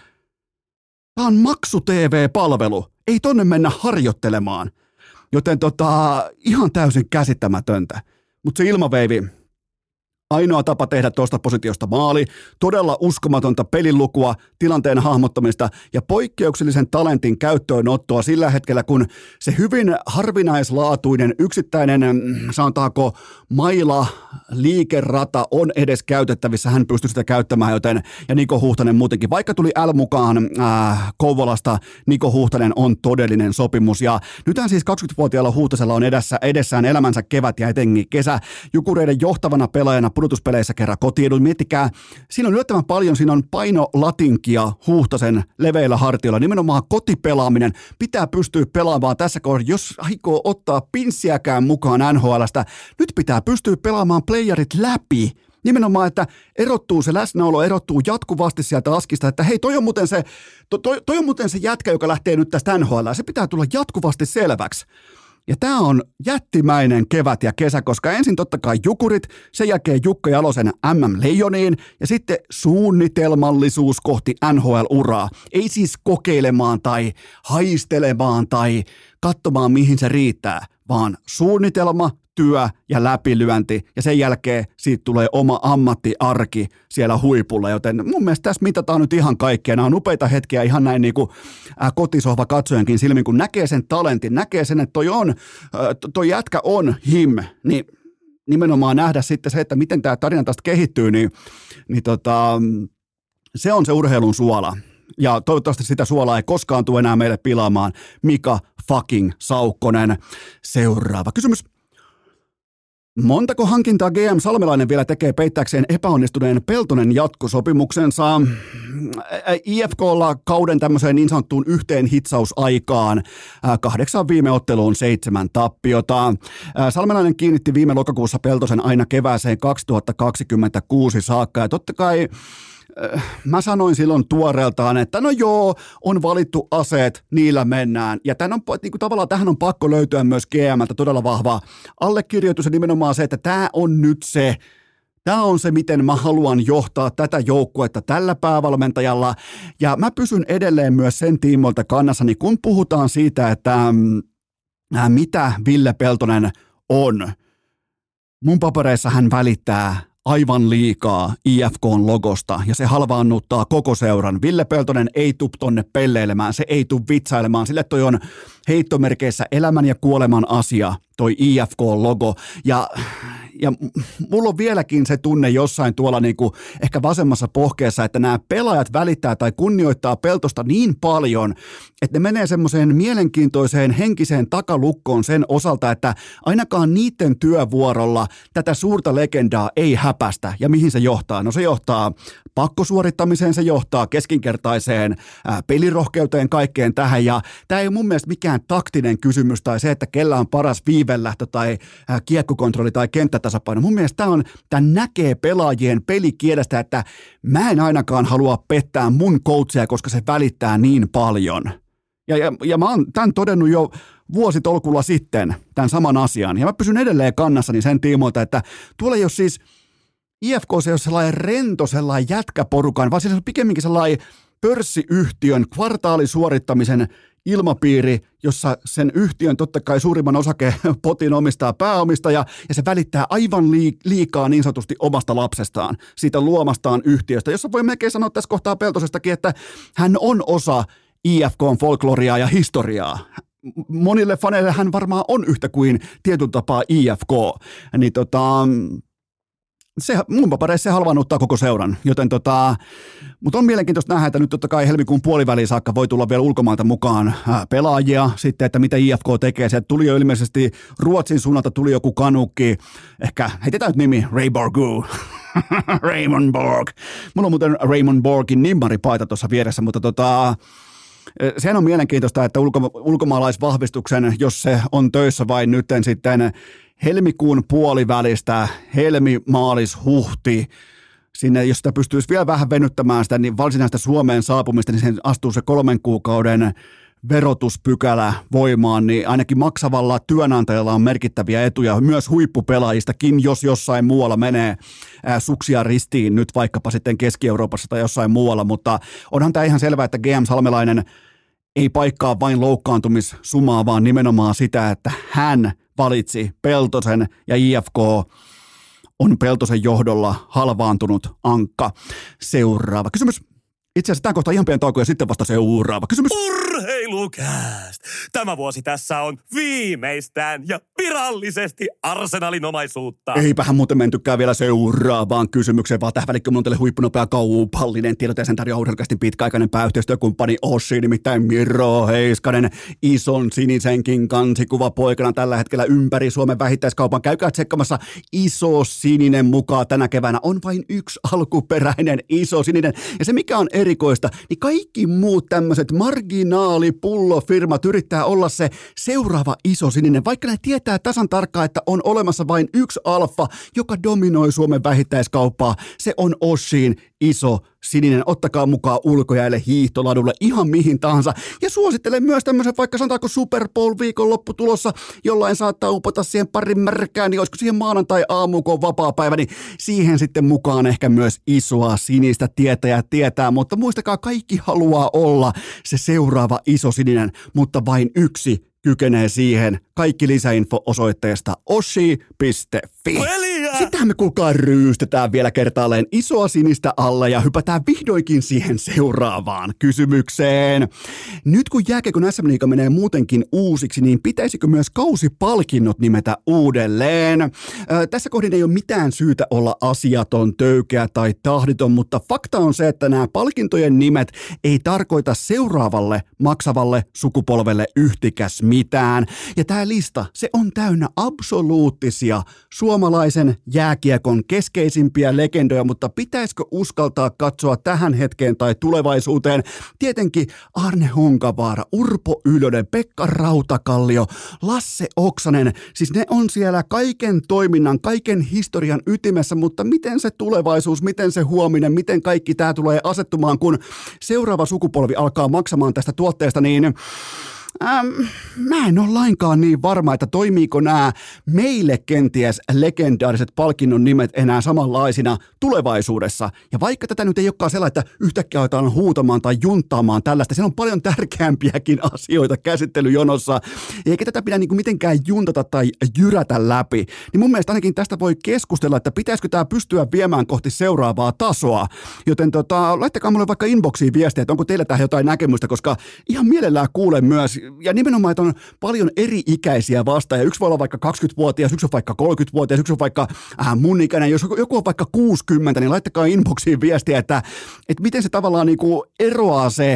Tämä on maksu-T V-palvelu, ei tonne mennä harjoittelemaan. Joten tota, ihan täysin käsittämätöntä. Mutta se ilmaveivi, ainoa tapa tehdä tuosta positiosta maali, todella uskomatonta pelilukua, tilanteen hahmottamista ja poikkeuksellisen talentin käyttöönottoa sillä hetkellä, kun se hyvin harvinaislaatuinen yksittäinen, sanotaanko maila, liikerata on edes käytettävissä, hän pystyy sitä käyttämään, joten ja Niko Huhtanen muutenkin, vaikka tuli L mukaan äh, Kouvolasta, Niko Huhtanen on todellinen sopimus ja nythän siis kaksikymmentävuotiaalla Huhtasella on edessä, edessään elämänsä kevät ja etenkin kesä, Jukureiden johtavana pelaajana pudotuspeleissä kerran kotiedun. Miettikää, siinä on yllättävän paljon, siinä on painolatinkia Huuhtasen leveillä hartioilla. Nimenomaan kotipelaaminen pitää pystyä pelaamaan tässä kohdassa, jos aikoo ottaa pinssiäkään mukaan N H L:stä. Nyt pitää pystyä pelaamaan playerit läpi. Nimenomaan, että erottuu se läsnäolo, erottuu jatkuvasti sieltä askista, että hei, toi on muuten se, to, toi, toi on muuten se jätkä, joka lähtee nyt tästä N H L. Se pitää tulla jatkuvasti selväksi. Ja tämä on jättimäinen kevät ja kesä, koska ensin totta kai Jukurit, sen jälkeen Jukka Jalosen M M Leijoniin ja sitten suunnitelmallisuus kohti N H L-uraa. Ei siis kokeilemaan tai haistelemaan tai katsomaan mihin se riittää, vaan suunnitelma, työ ja läpilyönti ja sen jälkeen siitä tulee oma ammattiarki siellä huipulla, joten mun mielestä tässä mitataan nyt ihan kaikkea. Nämä on upeita hetkiä ihan näin niin kuin kotisohva katsojankin silmin, kun näkee sen talentin, näkee sen, että toi on, toi jätkä on him, niin nimenomaan nähdä sitten se, että miten tämä tarina tästä kehittyy, niin, niin tota, se on se urheilun suola. Ja toivottavasti sitä suolaa ei koskaan tule enää meille pilaamaan. Mika fucking Saukkonen. Seuraava kysymys. Montako hankintaa G M Salmelainen vielä tekee peittääkseen epäonnistuneen Peltonen jatkosopimuksensa? I F K:lla kauden tämmöiseen niin sanottuun yhteen hitsausaikaan kahdeksan viime otteluun seitsemän tappiota. Salmelainen kiinnitti viime lokakuussa Peltosen aina kevääseen kaksituhattakaksikymmentäkuusi saakka ja totta kai mä sanoin silloin tuoreeltaan, että no joo, on valittu aseet, niillä mennään. Ja tämän on, niin kuin tavallaan tähän on pakko löytyä myös G M:ltä todella vahva allekirjoitus ja nimenomaan se, että tämä on nyt se, tämä on se, miten mä haluan johtaa tätä joukkuetta tällä päävalmentajalla. Ja mä pysyn edelleen myös sen tiimoilta kannassani, kun puhutaan siitä, että äh, mitä Ville Peltonen on. Mun papereissa hän välittää aivan liikaa I F K:n logosta ja se halvaannuttaa koko seuran. Ville Peltonen ei tuu tonne pelleilemään, se ei tuu vitsailemaan, sille toi on heittomerkeissä elämän ja kuoleman asia, toi I F K:n logo ja Ja mulla on vieläkin se tunne jossain tuolla niin kuin ehkä vasemmassa pohkeessa, että nämä pelaajat välittää tai kunnioittaa Peltosta niin paljon, että ne menee semmoiseen mielenkiintoiseen henkiseen takalukkoon sen osalta, että ainakaan niiden työvuorolla tätä suurta legendaa ei häpästä. Ja mihin se johtaa? No se johtaa pakkosuorittamiseen, se johtaa keskinkertaiseen ää, pelirohkeuteen, kaikkeen tähän. Ja tämä ei ole mun mielestä mikään taktinen kysymys tai se, että kellä on paras viivelähtö tai ää, kiekkokontrolli tai kenttätasapaino. Mun mielestä tämä on, tämä näkee pelaajien pelikielestä, että mä en ainakaan halua pettää mun coachia, koska se välittää niin paljon. Ja, ja, ja mä oon tämän todennut jo vuositolkulla sitten, tämän saman asian. Ja mä pysyn edelleen kannassani sen tiimoilta, että tuolla ei ole siis I F K se ei ole sellainen rento, sellainen jätkäporukan, vaan se on pikemminkin sellainen pörssiyhtiön kvartaalisuorittamisen ilmapiiri, jossa sen yhtiön totta kai suurimman osakepotin omistaa pääomistaja ja se välittää aivan liikaa niin sanotusti omasta lapsestaan, siitä luomastaan yhtiöstä, jossa voi melkein sanoa tässä kohtaa Peltosestakin, että hän on osa I F K:n folkloriaa ja historiaa. Monille faneille hän varmaan on yhtä kuin tietyllä tapaa I F K, niin tota... Se, mun papereissa se halvaannuttaa koko seuran, joten tota, mutta on mielenkiintoista nähdä, että nyt totta kai helmikuun puoliväliin saakka voi tulla vielä ulkomailta mukaan ää, pelaajia, sitten, että mitä I F K tekee. Sieltä tuli jo ilmeisesti Ruotsin suunnalta tuli joku kanukki, ehkä heitetään nyt nimi, Ray Borgu, Raymond Borg. Mulla on muuten Raymond Borgin nimmaripaita tuossa vieressä, mutta tota... Sehän on mielenkiintoista, että ulko, ulkomaalaisvahvistuksen, jos se on töissä vain nytten sitten helmikuun puolivälistä, helmi, maalis, huhti, sinne, jos sitä pystyisi vielä vähän venyttämään sitä, niin varsinaista Suomeen saapumista, niin sen astuu se kolmen kuukauden verotuspykälä voimaan, niin ainakin maksavalla työnantajalla on merkittäviä etuja, myös huippupelaajistakin, jos jossain muualla menee ää, suksia ristiin, nyt vaikkapa sitten Keski-Euroopassa tai jossain muualla, mutta onhan tämä ihan selvää, että G M Salmelainen ei paikkaa vain loukkaantumissumaa, vaan nimenomaan sitä, että hän valitsi Peltosen ja I F K on Peltosen johdolla halvaantunut ankka. Seuraava kysymys. Itse asiassa tämä kohtaa ihan pieni tauko ja sitten vasta seuraava kysymys. Urheilukääst! Tämä vuosi tässä on viimeistään ja virallisesti Arsenalin omaisuutta. Eipähän muuten mentykään vielä seuraavaan kysymykseen, vaan tähän välikköön on teille huippunopea kaupallinen tiedot ja sen tarjoaa Urheilukäästin pitkäaikainen pääyhteistyökumppani Oshi, nimittäin Miro Heiskanen, ison sinisenkin kansikuva poikana tällä hetkellä ympäri Suomen vähittäiskaupan. Käykää tsekkamassa Iso Sininen mukaan tänä keväänä. On vain yksi alkuperäinen Iso Sininen. Ja se mikä on erikoista, niin kaikki muut tämmöiset marginaalipullofirmat yrittää olla se seuraava Iso Sininen, vaikka ne tietää tasan tarkkaan, että on olemassa vain yksi alfa, joka dominoi Suomen vähittäiskauppaa. Se on Oshin Iso Sininen. Ottakaa mukaan ulkojäälle, hiihtoladulle, ihan mihin tahansa. Ja suosittelen myös tämmöisen, vaikka sanotaanko Super Bowl viikonloppu tulossa, jollain saattaa upota siihen parin märkään, niin olisiko siihen maanantai-aamuun, kun on vapaa-päivä, niin siihen sitten mukaan ehkä myös isoa sinistä tietäjää tietää. Mutta muistakaa, kaikki haluaa olla se seuraava Iso Sininen, mutta vain yksi kykenee siihen. Kaikki lisäinfo osoitteesta oshi piste fi. Sitähän me kuulkaa ryystetään vielä kertaalleen isoa sinistä alla ja hypätään vihdoinkin siihen seuraavaan kysymykseen. Nyt kun jääkiekon äs äm-liiga menee muutenkin uusiksi, niin pitäisikö myös kausipalkinnot nimetä uudelleen? Ö, tässä kohdin ei ole mitään syytä olla asiaton, töykeä tai tahditon, mutta fakta on se, että nämä palkintojen nimet ei tarkoita seuraavalle maksavalle sukupolvelle yhtikäs mitään. Ja tämä lista, se on täynnä absoluuttisia suomalaisen jääkiekon keskeisimpiä legendoja, mutta pitäisikö uskaltaa katsoa tähän hetkeen tai tulevaisuuteen? Tietenkin Arne Honkavaara, Urpo Ylönen, Pekka Rautakallio, Lasse Oksanen, siis ne on siellä kaiken toiminnan, kaiken historian ytimessä, mutta miten se tulevaisuus, miten se huominen, miten kaikki tämä tulee asettumaan, kun seuraava sukupolvi alkaa maksamaan tästä tuotteesta, niin Ähm, mä en ole lainkaan niin varma, että toimiiko nämä meille kenties legendaariset palkinnon nimet enää samanlaisina tulevaisuudessa. Ja vaikka tätä nyt ei olekaan sellainen, että yhtäkkiä aletaan huutamaan tai junttaamaan tällaista, siellä on paljon tärkeämpiäkin asioita käsittelyjonossa, eikä tätä pidä niinku mitenkään juntata tai jyrätä läpi. Niin mun mielestä ainakin tästä voi keskustella, että pitäisikö tämä pystyä viemään kohti seuraavaa tasoa. Joten tota, laittakaa mulle vaikka inboxiin viestiä, että onko teillä tähän jotain näkemystä, koska ihan mielellään kuulen myös. Ja nimenomaan, että on paljon eri-ikäisiä vastaajia. Yksi voi olla vaikka kaksikymmentävuotias, yksi on vaikka kolmekymmentävuotias, yksi on vaikka äh, mun ikäinen. Jos joku on vaikka kuusikymmentä, niin laittakaa inboxiin viestiä, että, että miten se tavallaan niin kuin eroaa se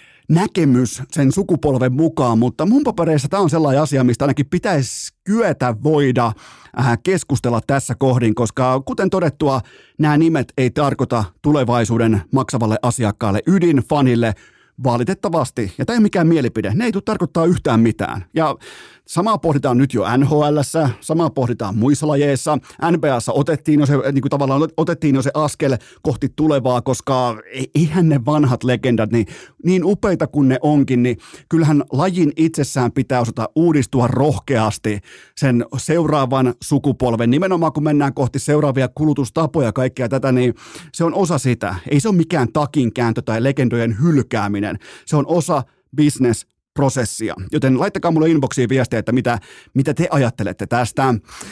näkemys sen sukupolven mukaan. Mutta mun papereissa tämä on sellainen asia, mistä ainakin pitäisi kyetä voida äh, keskustella tässä kohdin, koska kuten todettua, nämä nimet ei tarkoita tulevaisuuden maksavalle asiakkaalle, ydinfanille, valitettavasti, ja tämä ei ole mikään mielipide, ne ei tule tarkoittaa yhtään mitään. Ja samaa pohditaan nyt jo N H L:ssä, samaa pohditaan muissa lajeissa. N B A:ssa otettiin jo se, niin kuin tavallaan otettiin jo se askel kohti tulevaa, koska eihän ne vanhat legendat, niin, niin upeita kuin ne onkin, niin kyllähän lajin itsessään pitää osata uudistua rohkeasti sen seuraavan sukupolven. Nimenomaan kun mennään kohti seuraavia kulutustapoja ja kaikkea tätä, niin se on osa sitä. Ei se ole mikään takinkääntö tai legendojen hylkääminen. Se on osa business prosessia. Joten laittakaa mulle inboxiin viestiä, että mitä, mitä te ajattelette tästä.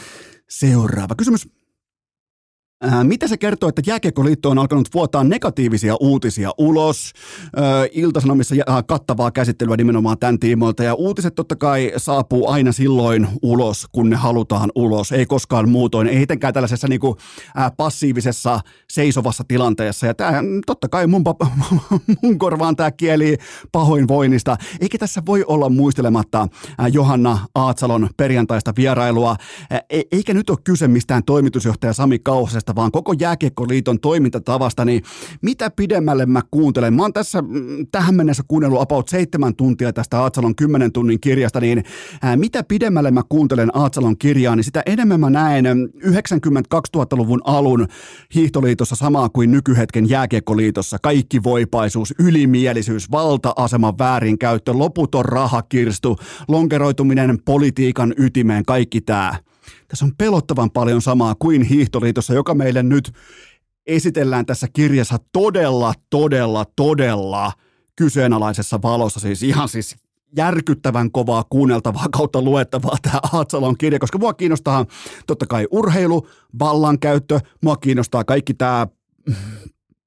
Seuraava kysymys. Ää, mitä se kertoo, että Jääkiekkoliitto on alkanut vuotaa negatiivisia uutisia ulos? Ää, Ilta-Sanomissa jää kattavaa käsittelyä nimenomaan tämän tiimoilta, ja uutiset totta kai saapuu aina silloin ulos, kun ne halutaan ulos, ei koskaan muutoin, ei etenkään tällaisessa niin kuin, ää, passiivisessa seisovassa tilanteessa, ja tämä totta kai mun, mun korvaan tämä kieli pahoinvoinnista, eikä tässä voi olla muistelematta ää, Johanna Aatsalon perjantaista vierailua, ää, eikä nyt ole kyse mistään toimitusjohtaja Sami Kauhasesta, vaan koko Jääkiekkoliiton toimintatavasta, niin mitä pidemmälle mä kuuntelen, mä oon tässä mm, tähän mennessä kuunnellut about seitsemän tuntia tästä Aatsalon kymmenen tunnin kirjasta, niin ää, mitä pidemmälle mä kuuntelen Aatsalon kirjaa, niin sitä enemmän mä näen yhdeksänkymmentä-kaksituhattaluvun alun hiihtoliitossa samaa kuin nykyhetken Jääkiekkoliitossa, kaikki voipaisuus, ylimielisyys, valta-aseman väärinkäyttö, loputon rahakirstu, lonkeroituminen politiikan ytimeen, kaikki tää. Tässä on pelottavan paljon samaa kuin hiihtoliitossa, joka meille nyt esitellään tässä kirjassa todella, todella, todella kyseenalaisessa valossa. Siis ihan siis järkyttävän kovaa kuunneltavaa kautta luettavaa tämä Aatsalon kirja, koska mua kiinnostaa totta kai urheilu, vallankäyttö, mua kiinnostaa kaikki tämä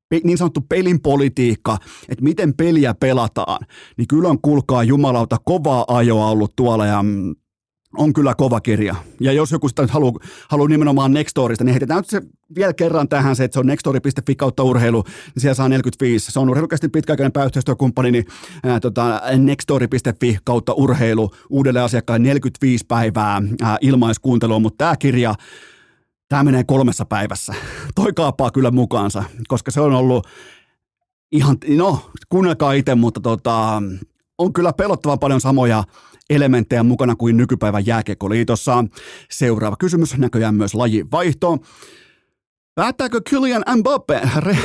niin sanottu pelin politiikka, että miten peliä pelataan, niin kyllä on kuulkaa jumalauta kovaa ajoa ollut tuolla ja on kyllä kova kirja. Ja jos joku sitä nyt haluaa, haluaa nimenomaan Nextorista, niin heitetään nyt se vielä kerran tähän se, että se on nextori piste fi kautta urheilu, niin siellä saa neljäkymmentäviisi. Se on urheilukästi pitkäaikainen yhteistyökumppani, niin ää, tota, nextori piste fi kautta urheilu, uudelle asiakkaan neljäkymmentäviisi päivää ää, ilmaiskuuntelua, mutta tämä kirja, tämä menee kolmessa päivässä. Toi kaapaa kyllä mukaansa, koska se on ollut ihan, no kuunnelkaa itse, mutta tota, on kyllä pelottavan paljon samoja elementtejä mukana kuin nykypäivän jääkiekkoliitossa. Seuraava kysymys, näköjään myös lajivaihto. Päättääkö Kylian Mbappé, re...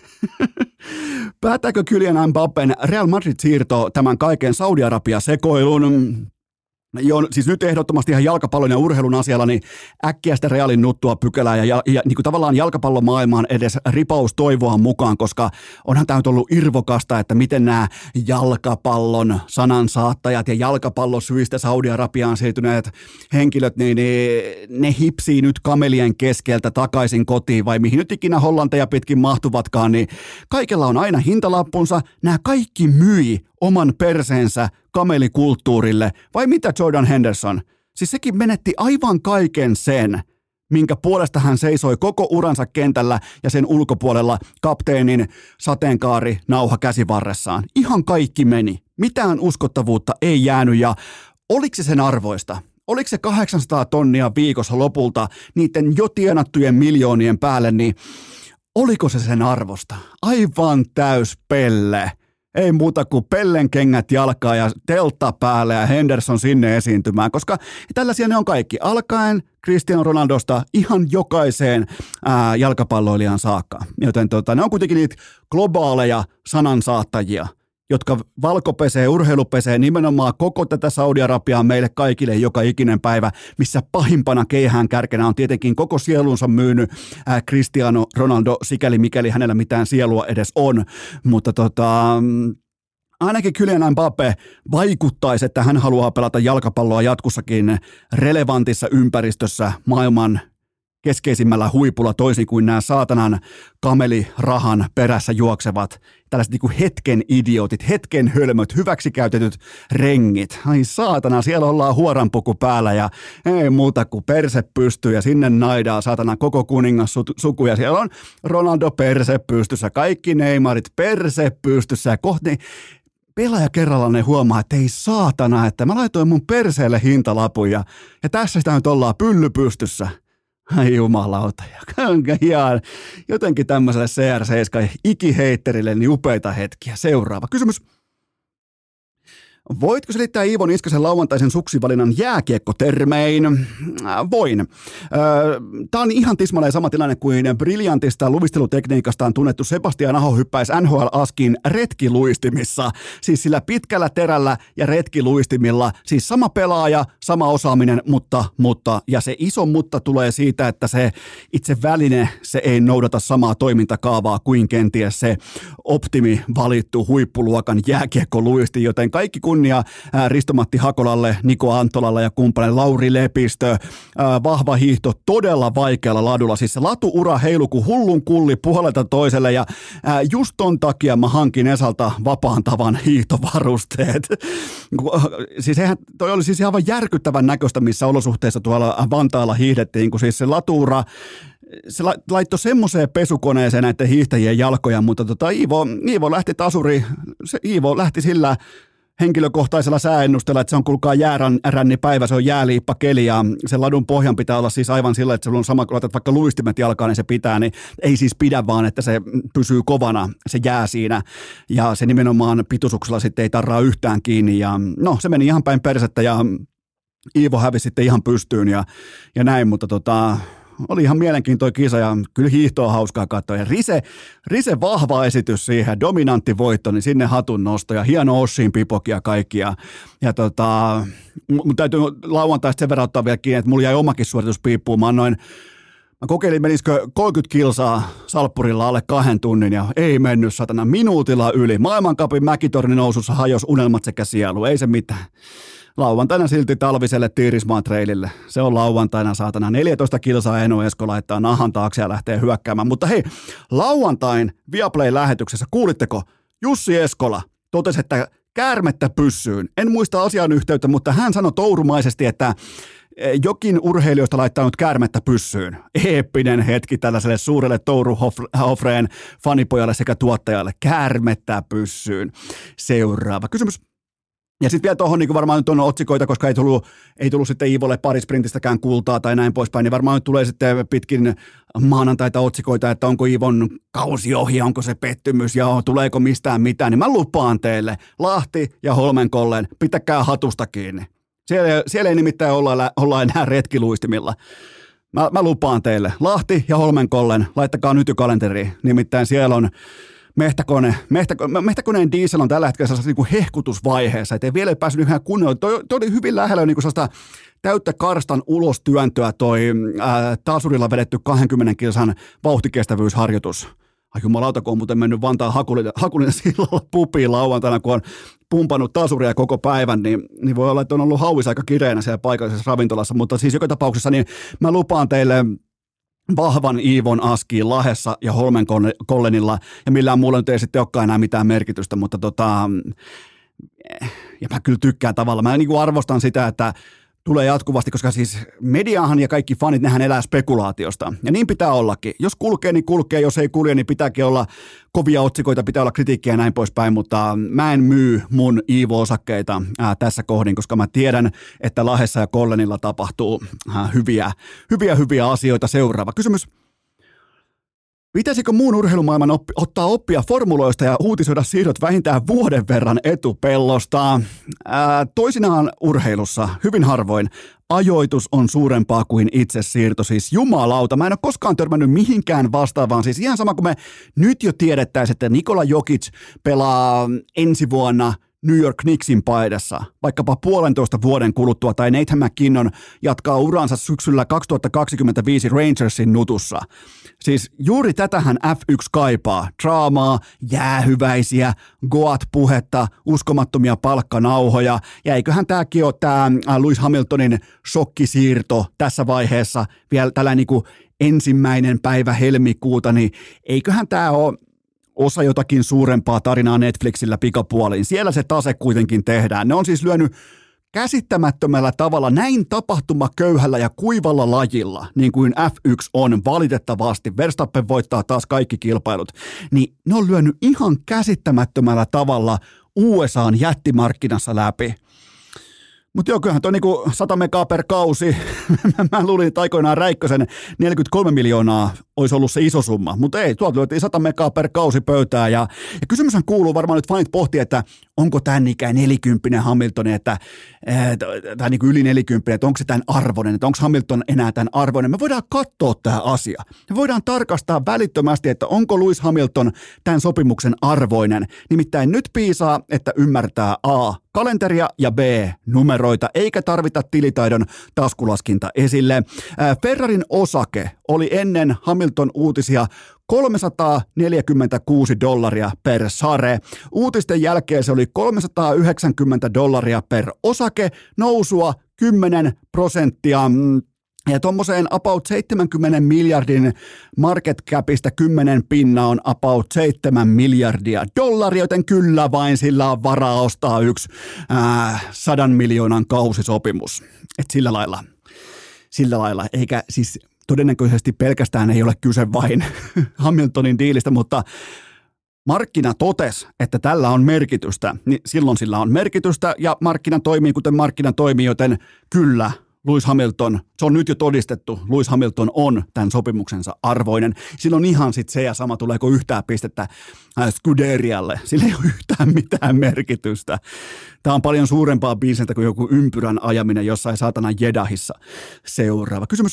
Päättääkö Kylian Mbappén Real Madrid-siirto tämän kaiken Saudi-Arabia-sekoilun? Joo, siis nyt ehdottomasti ihan jalkapallon ja urheilun asialla, niin äkkiä sitä Realin nuttua pykälää ja, ja, ja niin kuin tavallaan jalkapallomaailmaan edes ripaus toivoa mukaan, koska onhan tämä nyt ollut irvokasta, että miten nämä jalkapallon sanansaattajat ja jalkapallosyistä Saudi-Arabiaan siirtyneet henkilöt, niin, niin ne hipsii nyt kamelien keskeltä takaisin kotiin, vai mihin nyt ikinä Hollanteja pitkin mahtuvatkaan, niin kaikella on aina hintalappunsa, nämä kaikki myi oman perseensä kamelikulttuurille, vai mitä Jordan Henderson? Siis sekin menetti aivan kaiken sen, minkä puolesta hän seisoi koko uransa kentällä ja sen ulkopuolella kapteenin sateenkaari nauha käsivarressaan. Ihan kaikki meni. Mitään uskottavuutta ei jäänyt ja oliko se sen arvoista? Oliko se kahdeksansataa tonnia viikossa lopulta niiden jo tienattujen miljoonien päälle, niin oliko se sen arvosta? Aivan täys pelle. Ei muuta kuin pellenkengät jalkaa ja teltta päälle ja Henderson sinne esiintymään, koska tällaisia ne on kaikki. Alkaen Cristiano Ronaldosta ihan jokaiseen ää, jalkapalloilijan saakka. Joten tota, ne on kuitenkin niitä globaaleja sanansaattajia, jotka valkopesee, urheilupesee nimenomaan koko tätä Saudi-Arabiaa meille kaikille joka ikinen päivä, missä pahimpana keihään kärkenä on tietenkin koko sielunsa myynyt ää, Cristiano Ronaldo, sikäli mikäli hänellä mitään sielua edes on, mutta tota... Ainakin Kylian Mbappé vaikuttaisi, että hän haluaa pelata jalkapalloa jatkossakin relevantissa ympäristössä maailman keskeisimmällä huipulla, toisin kuin nämä saatanan kamelirahan perässä juoksevat tällaiset niin kuin hetken idiotit, hetken hölmöt, hyväksikäytetyt rengit. Ai saatana, siellä ollaan huoranpuku päällä ja ei muuta kuin perse pystyy ja sinne naidaa saatana koko kuningassuku ja siellä on Ronaldo perse pystyssä, kaikki Neymarit perse pystyssä ja kohti pelaaja kerrallaan ne huomaa, että ei saatana, että mä laitoin mun perseelle hintalapun ja, ja tässä sitä nyt ollaan pylly pystyssä. Ai jumalauta, ja jotenkin tämmöiselle C R seitsemän ikiheitterille niin upeita hetkiä. Seuraava kysymys. Voitko selittää Iivo Niskasen lauantaisen suksivalinnan jääkiekkotermein? Äh, voin. Äh, Tämä on ihan tismalleen sama tilanne kuin briljantista luistelutekniikastaan tunnettu Sebastian Aho hyppäisi N H L-askin retkiluistimissa. Siis sillä pitkällä terällä ja retkiluistimilla. Siis sama pelaaja, sama osaaminen, mutta, mutta. Ja se iso mutta tulee siitä, että se itse väline, se ei noudata samaa toimintakaavaa kuin kenties se optimi valittu huippuluokan jääkiekkoluisti, joten kaikki kun kunnia Risto-Matti Hakolalle, Niko Antolalle ja kumppaneille, Lauri Lepistö, vahva hiihto todella vaikealla ladulla, siis se latuura heilu kuin hullun kulli puolelta toiselle ja just ton takia mä hankin Esalta vapaantavan hiihtovarusteet. Siis eihän, toi oli siis aivan järkyttävän näköistä, missä olosuhteissa tuolla Vantaalla hiihdettiin, kun siis se latuura se laittoi semmoiseen pesukoneeseen näiden hiihtäjien jalkoja, mutta tota Iivo, Iivo lähti tasuri, se Iivo lähti sillä henkilökohtaisella sääennusteella, että se on kuulkaa jäärännipäivä, se on jääliippa keli ja sen ladun pohjan pitää olla siis aivan sillä, että se on sama, kun laitat vaikka luistimet jalkaan, niin se pitää, niin ei siis pidä vaan, että se pysyy kovana, se jää siinä ja se nimenomaan pituisuuksella sitten ei tarraa yhtään kiinni ja no se meni ihan päin persettä ja Iivo hävisi sitten ihan pystyyn ja, ja näin, mutta tota... Oli ihan mielenkiintoinen kisa ja kyllä hiihtoa on hauskaa katsoa. Ja Rise, Rise vahva esitys siihen, dominantti voitto, niin sinne hatun nosto ja hieno Ossin pipoki ja kaikki. Ja, ja tota, mun täytyy lauantaista sen verran ottaa vielä kiinni, että mulla jäi omakin suoritus piippuun. Mä annoin, mä kokeilin menisikö kolmekymmentä kilsaa salppurilla alle kahden tunnin ja ei mennyt satana minuutilla yli. Maailmancupin mäkitornin nousussa hajosi unelmat sekä sielu, ei se mitään. lauantaina silti talviselle Tiirismaan treilille. Se on lauantaina saatana. neljätoista kilsaa Eno Esko laittaa nahan taakse ja lähtee hyökkäämään. Mutta hei, lauantain Viaplay-lähetyksessä, kuulitteko, Jussi Eskola totesi, että käärmettä pyssyyn. En muista asian yhteyttä, mutta hän sanoi tourumaisesti, että jokin urheilijoista laittanut käärmettä pyssyyn. Eeppinen hetki tällaiselle suurelle Touru Hoffreen fanipojalle sekä tuottajalle. Käärmettä pyssyyn. Seuraava kysymys. Ja sitten vielä tuohon niin varmaan nyt on otsikoita, koska ei tullut, ei tullut sitten Iivolle parisprintistäkään kultaa tai näin poispäin, niin varmaan nyt tulee sitten pitkin maanantaita otsikoita, että onko Iivon kausi ohi, onko se pettymys ja tuleeko mistään mitään, niin mä lupaan teille, Lahti ja Holmenkollen, pitäkää hatusta kiinni. Siellä, siellä ei nimittäin olla, olla enää retkiluistimilla. Mä, mä lupaan teille, Lahti ja Holmenkollen, laittakaa nykykalenteriin, nimittäin siellä on Mehtäkone, mehtäkone, mehtäkoneen diesel on tällä hetkellä sellaisessa niin kuin hehkutusvaiheessa, ettei vielä päässyt ihan kunnolla. Toi, toi oli hyvin lähellä niin kuin sellaista täyttä karstan ulostyöntöä toi ää, tasurilla vedetty kaksikymmentä kilsan vauhtikestävyysharjoitus. Ai jumalauta, kun on muuten mennyt Vantaan Hakulinen, Hakulinen sillalla pupiin lauantaina, kun on pumpannut tasuria koko päivän, niin, niin voi olla, että on ollut hauis aika kireänä siellä paikallisessa ravintolassa, mutta siis joka tapauksessa niin mä lupaan teille vahvan Iivon askiin Lahessa ja Holmenkollenilla, ja millään muulla nyt ei sitten olekaan enää mitään merkitystä, mutta tota, ja mä kyllä tykkään tavallaan, mä niin kuin arvostan sitä, että tulee jatkuvasti, koska siis mediahan ja kaikki fanit, nehän elää spekulaatiosta. Ja niin pitää ollakin. Jos kulkee, niin kulkee. Jos ei kulje, niin pitääkin olla kovia otsikoita, pitää olla kritiikkiä ja näin poispäin. Mutta mä en myy mun Iivo-osakkeita ää, tässä kohdin, koska mä tiedän, että Lahessa ja Kollenilla tapahtuu ää, hyviä, hyviä, hyviä asioita. Seuraava kysymys. Pitäisikö muun urheilumaailman oppi, ottaa oppia formuloista ja uutisoida siirrot vähintään vuoden verran etupellosta? Ää, toisinaan urheilussa hyvin harvoin ajoitus on suurempaa kuin itse siirto. Siis jumalauta, mä en ole koskaan törmännyt mihinkään vastaavaan. Siis ihan sama kuin me nyt jo tiedettäisiin, että Nikola Jokic pelaa ensi vuonna New York Knicksin paidassa, vaikkapa puolentoista vuoden kuluttua, tai Nathan McKinnon jatkaa uransa syksyllä kaksituhattakaksikymmentäviisi Rangersin nutussa. Siis juuri tätähän F yksi kaipaa. Draamaa, jäähyväisiä, Goat-puhetta, uskomattomia palkkanauhoja. Ja eiköhän tämäkin ole tämä Lewis Hamiltonin shokkisiirto tässä vaiheessa, vielä tällainen niin kuin ensimmäinen päivä helmikuuta, niin eiköhän tämä ole osa jotakin suurempaa tarinaa Netflixillä pikapuoliin. Siellä se tase kuitenkin tehdään. Ne on siis lyönyt käsittämättömällä tavalla näin tapahtumaköyhällä ja kuivalla lajilla, niin kuin F yksi on valitettavasti. Verstappen voittaa taas kaikki kilpailut. Niin ne on lyönyt ihan käsittämättömällä tavalla U S A:n jättimarkkinassa läpi. Mutta joo, kyllähän toi niinku sata megaa per kausi. Mä luulin, että aikoinaan Räikkösen neljäkymmentäkolme miljoonaa olisi ollut se iso summa. Mutta ei, tuolta löytiin sata megaa per kausi pöytään. Ja, ja kysymyshän kuuluu, varmaan nyt fanit pohtii, että onko tämän ikään nelikymppinen Hamilton, että tai niinku yli nelikymppinen, että onko se tämän arvoinen, että onko Hamilton enää tämän arvoinen. Me voidaan katsoa tämä asia. Me voidaan tarkastaa välittömästi, että onko Lewis Hamilton tämän sopimuksen arvoinen. Nimittäin nyt piisaa, että ymmärtää A, kalenteria ja B, numeroita, eikä tarvita tilitaidon taskulaskinta esille. Ferrarin osake oli ennen Hamilton uutisia kolmesataaneljäkymmentäkuusi dollaria per sare. Uutisten jälkeen se oli kolmesataayhdeksänkymmentä dollaria per osake, nousua kymmenen prosenttia. Ja tuommoiseen about seitsemänkymmentä miljardin market capista kymmenen pinna on about seitsemän miljardia dollaria, joten kyllä vain sillä on varaa ostaa yksi ää, sadan miljoonan kausisopimus. Et sillä lailla, sillä lailla, eikä siis todennäköisesti pelkästään ei ole kyse vain Hamiltonin diilistä, mutta markkina totesi, että tällä on merkitystä, niin silloin sillä on merkitystä ja markkina toimii kuten markkina toimii, joten kyllä Lewis Hamilton, se on nyt jo todistettu, Lewis Hamilton on tämän sopimuksensa arvoinen. Sillä on ihan sitten se ja sama, tuleeko yhtään pistettä Scuderialle. Sillä ei ole yhtään mitään merkitystä. Tämä on paljon suurempaa biisintä kuin joku ympyrän ajaminen jossain saatana Jedahissa. Seuraava kysymys.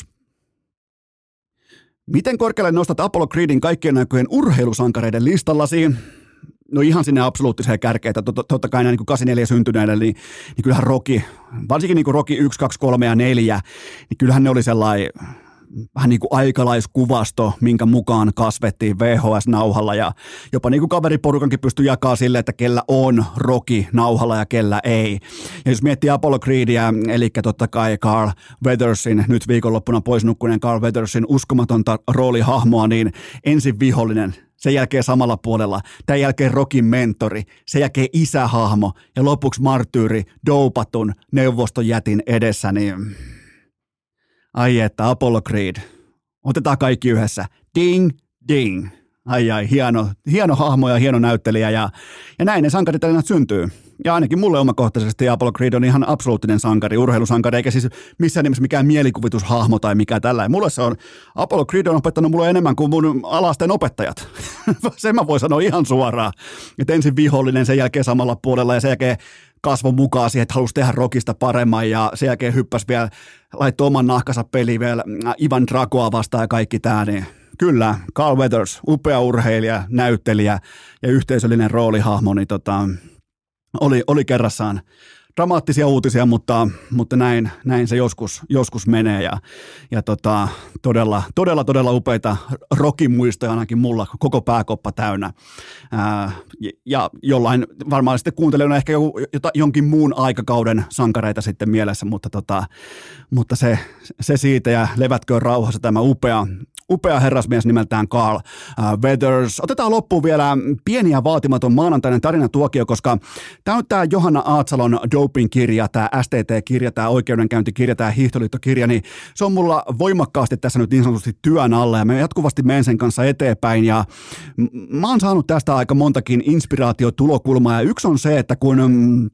Miten korkealle nostat Apollo Creedin kaikkien aikojen urheilusankareiden listallasi? No ihan sinne absoluuttiseen kärkeen, että tot, totta kai näin niin kuin kahdeksankymmentäneljä syntyneille, niin, niin kyllähän Rocky, varsinkin niin kuin Rocky yksi, kaksi, kolme ja neljä, niin kyllähän ne oli sellainen vähän niin kuin aikalaiskuvasto, minkä mukaan kasvettiin V H S-nauhalla ja jopa niin kuin kaveriporukankin pystyi jakamaan sille, että kellä on Rocky nauhalla ja kellä ei. Ja jos miettii Apollo Creedia, eli totta kai Carl Weathersin, nyt viikonloppuna pois nukkuneen Carl Weathersin uskomatonta roolihahmoa, niin ensin vihollinen, sen jälkeen samalla puolella, tämän jälkeen Rockin mentori, sen jälkeen isähahmo ja lopuksi marttyyri doupatun neuvostojätin edessä, niin ai että Apollo Creed, otetaan kaikki yhdessä, ding, ding, ai ai, hieno, hieno hahmo ja hieno näyttelijä ja, ja näin ne sankaritarinat syntyy. Ja ainakin mulle omakohtaisesti Apollo Creed on ihan absoluuttinen sankari, urheilusankari, eikä siis missään nimessä mikään mielikuvitushahmo tai mikä tällainen. Mulle se on, Apollo Creed on opettanut mulle enemmän kuin mun alasten opettajat. Sen mä voin sanoa ihan suoraan. Että ensin vihollinen, sen jälkeen samalla puolella ja sen jälkeen kasvoi mukaan siihen, että halusi tehdä Rockista paremman ja sen jälkeen hyppäsi vielä, laittoi oman nahkansa peliin vielä Ivan Dragoa vastaan ja kaikki tää, niin kyllä, Carl Weathers, upea urheilija, näyttelijä ja yhteisöllinen roolihahmo, niin tota, oli, oli kerrassaan dramaattisia uutisia, mutta, mutta näin, näin se joskus, joskus menee ja, ja tota, todella, todella, todella upeita Rockin muistoja ainakin mulla, koko pääkoppa täynnä. Ää, ja jollain varmaan sitten kuuntelijana ehkä jota, jonkin muun aikakauden sankareita sitten mielessä, mutta, tota, mutta se, se siitä ja levätköön rauhassa tämä upea, upea herrasmies nimeltään Carl uh, Weathers. Otetaan loppuun vielä pieni ja vaatimaton maanantainen tarinatuokio, koska tämä on tämä Johanna Aatsalon doping-kirja, tämä S T T-kirja, tämä oikeudenkäyntikirja, tämä hiihtoliittokirja, niin se on mulla voimakkaasti tässä nyt niin sanotusti työn alla ja mä jatkuvasti menen sen kanssa eteenpäin ja mä oon saanut tästä aika montakin inspiraatiotulokulmaa ja yksi on se, että kun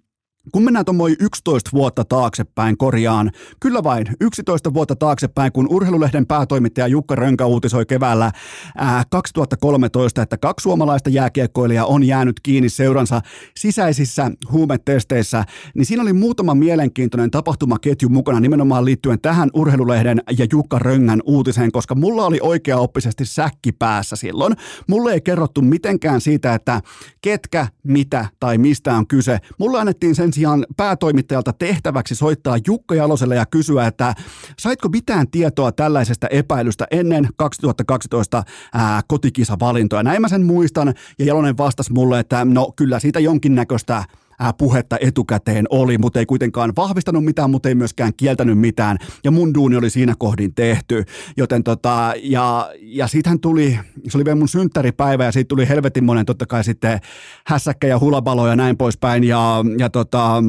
Kun mennään tuommoin yksitoista vuotta taaksepäin korjaan, kyllä vain yksitoista vuotta taaksepäin, kun Urheilulehden päätoimittaja Jukka Rönkä uutisoi keväällä ää, kaksituhattakolmetoista, että kaksi suomalaista jääkiekkoilijaa on jäänyt kiinni seuransa sisäisissä huumetesteissä, niin siinä oli muutama mielenkiintoinen tapahtumaketju mukana nimenomaan liittyen tähän Urheilulehden ja Jukka Röngän uutiseen, koska mulla oli oikeaoppisesti säkki päässä silloin. Mulle ei kerrottu mitenkään siitä, että ketkä, mitä tai mistä on kyse. Mulle annettiin sen sijaan päätoimittajalta tehtäväksi soittaa Jukka Jaloselle ja kysyä, että saitko mitään tietoa tällaisesta epäilystä ennen kaksituhattakaksitoista ää, kotikisavalintoja. Näin mä sen muistan ja Jalonen vastasi mulle, että no kyllä siitä jonkinnäköistä puhetta etukäteen oli, mutta ei kuitenkaan vahvistanut mitään, mutta ei myöskään kieltänyt mitään, ja mun duuni oli siinä kohdin tehty, joten tota, ja, ja siitähän tuli, se oli vielä mun synttäripäivä, ja siitä tuli helvetin monen totta kai sitten hässäkkä ja hulabalo ja näin poispäin, ja, ja tota,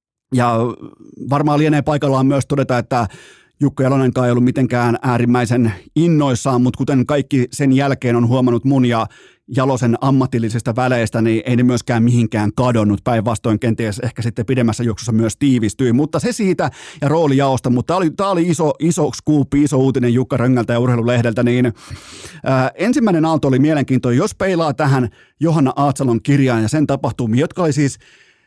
ja varmaan lienee paikallaan myös todeta, että Jukka Jalonenkaan ei ollut mitenkään äärimmäisen innoissaan, mutta kuten kaikki sen jälkeen on huomannut mun ja Jalosen ammatillisista väleistä, niin ei ne myöskään mihinkään kadonnut. Päinvastoin kenties ehkä sitten pidemmässä juoksussa myös tiivistyi, mutta se siitä ja roolijaosta, mutta tämä oli, tämä oli iso, iso skuupi, iso uutinen Jukka Röngältä ja Urheilulehdeltä, niin ää, ensimmäinen aalto oli mielenkiintoinen, jos peilaa tähän Johanna Aatsalon kirjaan ja sen tapahtumia, jotka oli siis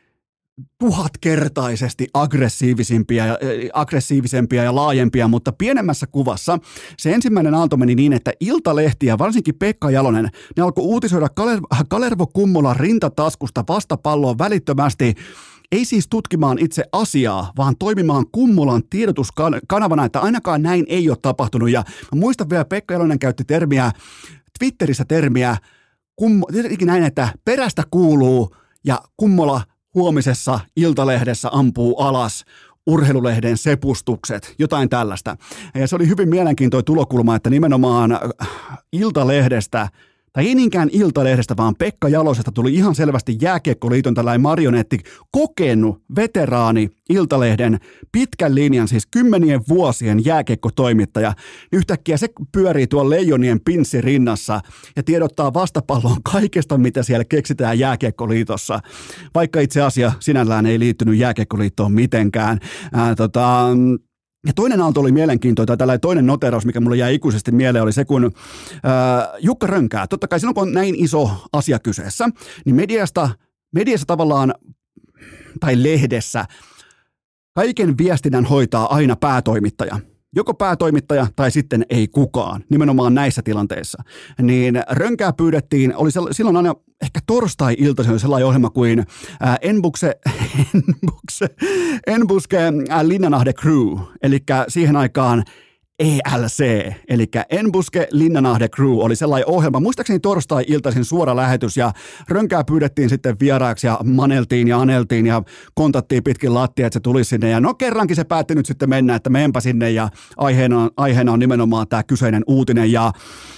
tuhatkertaisesti aggressiivisempia ja, aggressiivisempia ja laajempia, mutta pienemmässä kuvassa se ensimmäinen aalto meni niin, että Iltalehti ja varsinkin Pekka Jalonen, ne alkoi uutisoida Kalervo Kummolan rintataskusta vastapalloa välittömästi, ei siis tutkimaan itse asiaa, vaan toimimaan Kummolan tiedotuskanavana, että ainakaan näin ei ole tapahtunut. Ja mä muistan vielä, Pekka Jalonen käytti termiä, Twitterissä termiä, kummo, tietenkin näin, että perästä kuuluu ja Kummola huomisessa Iltalehdessä ampuu alas Urheilulehden sepustukset, jotain tällaista. Ja se oli hyvin mielenkiintoinen tulokulma, että nimenomaan Iltalehdestä, tai ei niinkään Iltalehdestä, vaan Pekka Jalosesta tuli ihan selvästi Jääkiekkoliiton tällainen marionetti, kokenut veteraani Iltalehden pitkän linjan, siis kymmenien vuosien jääkiekkotoimittaja. Yhtäkkiä se pyörii tuolla leijonien pinssi rinnassa ja tiedottaa vastapalloon kaikesta, mitä siellä keksitään Jääkiekkoliitossa, vaikka itse asia sinällään ei liittynyt Jääkiekkoliittoon mitenkään. Ää, tota... Ja toinen aalto oli mielenkiintoinen, tai tällainen toinen noteraus, mikä mulle jäi ikuisesti mieleen, oli se, kun ää, Jukka Rönkää, totta kai silloin kun on näin iso asia kyseessä, niin mediasta, mediassa tavallaan, tai lehdessä, kaiken viestinnän hoitaa aina päätoimittaja. Joko päätoimittaja tai sitten ei kukaan, nimenomaan näissä tilanteissa. Niin Rönkää pyydettiin, oli silloin aina ehkä torstai-iltaisin sellainen ohjelma kuin äh, Enbukse, Enbukse, Enbuske äh, Linnanahde Crew, eli siihen aikaan E L C, eli Enbuske Linnanahde Crew oli sellainen ohjelma. Muistaakseni torstai-iltaisin suora lähetys ja Rönkää pyydettiin sitten vieraaksi ja maneltiin ja aneltiin ja kontattiin pitkin lattia, että se tuli sinne. Ja no kerrankin se päätti nyt sitten mennä, että menenpä sinne ja aiheena, aiheena on nimenomaan tämä kyseinen uutinen ja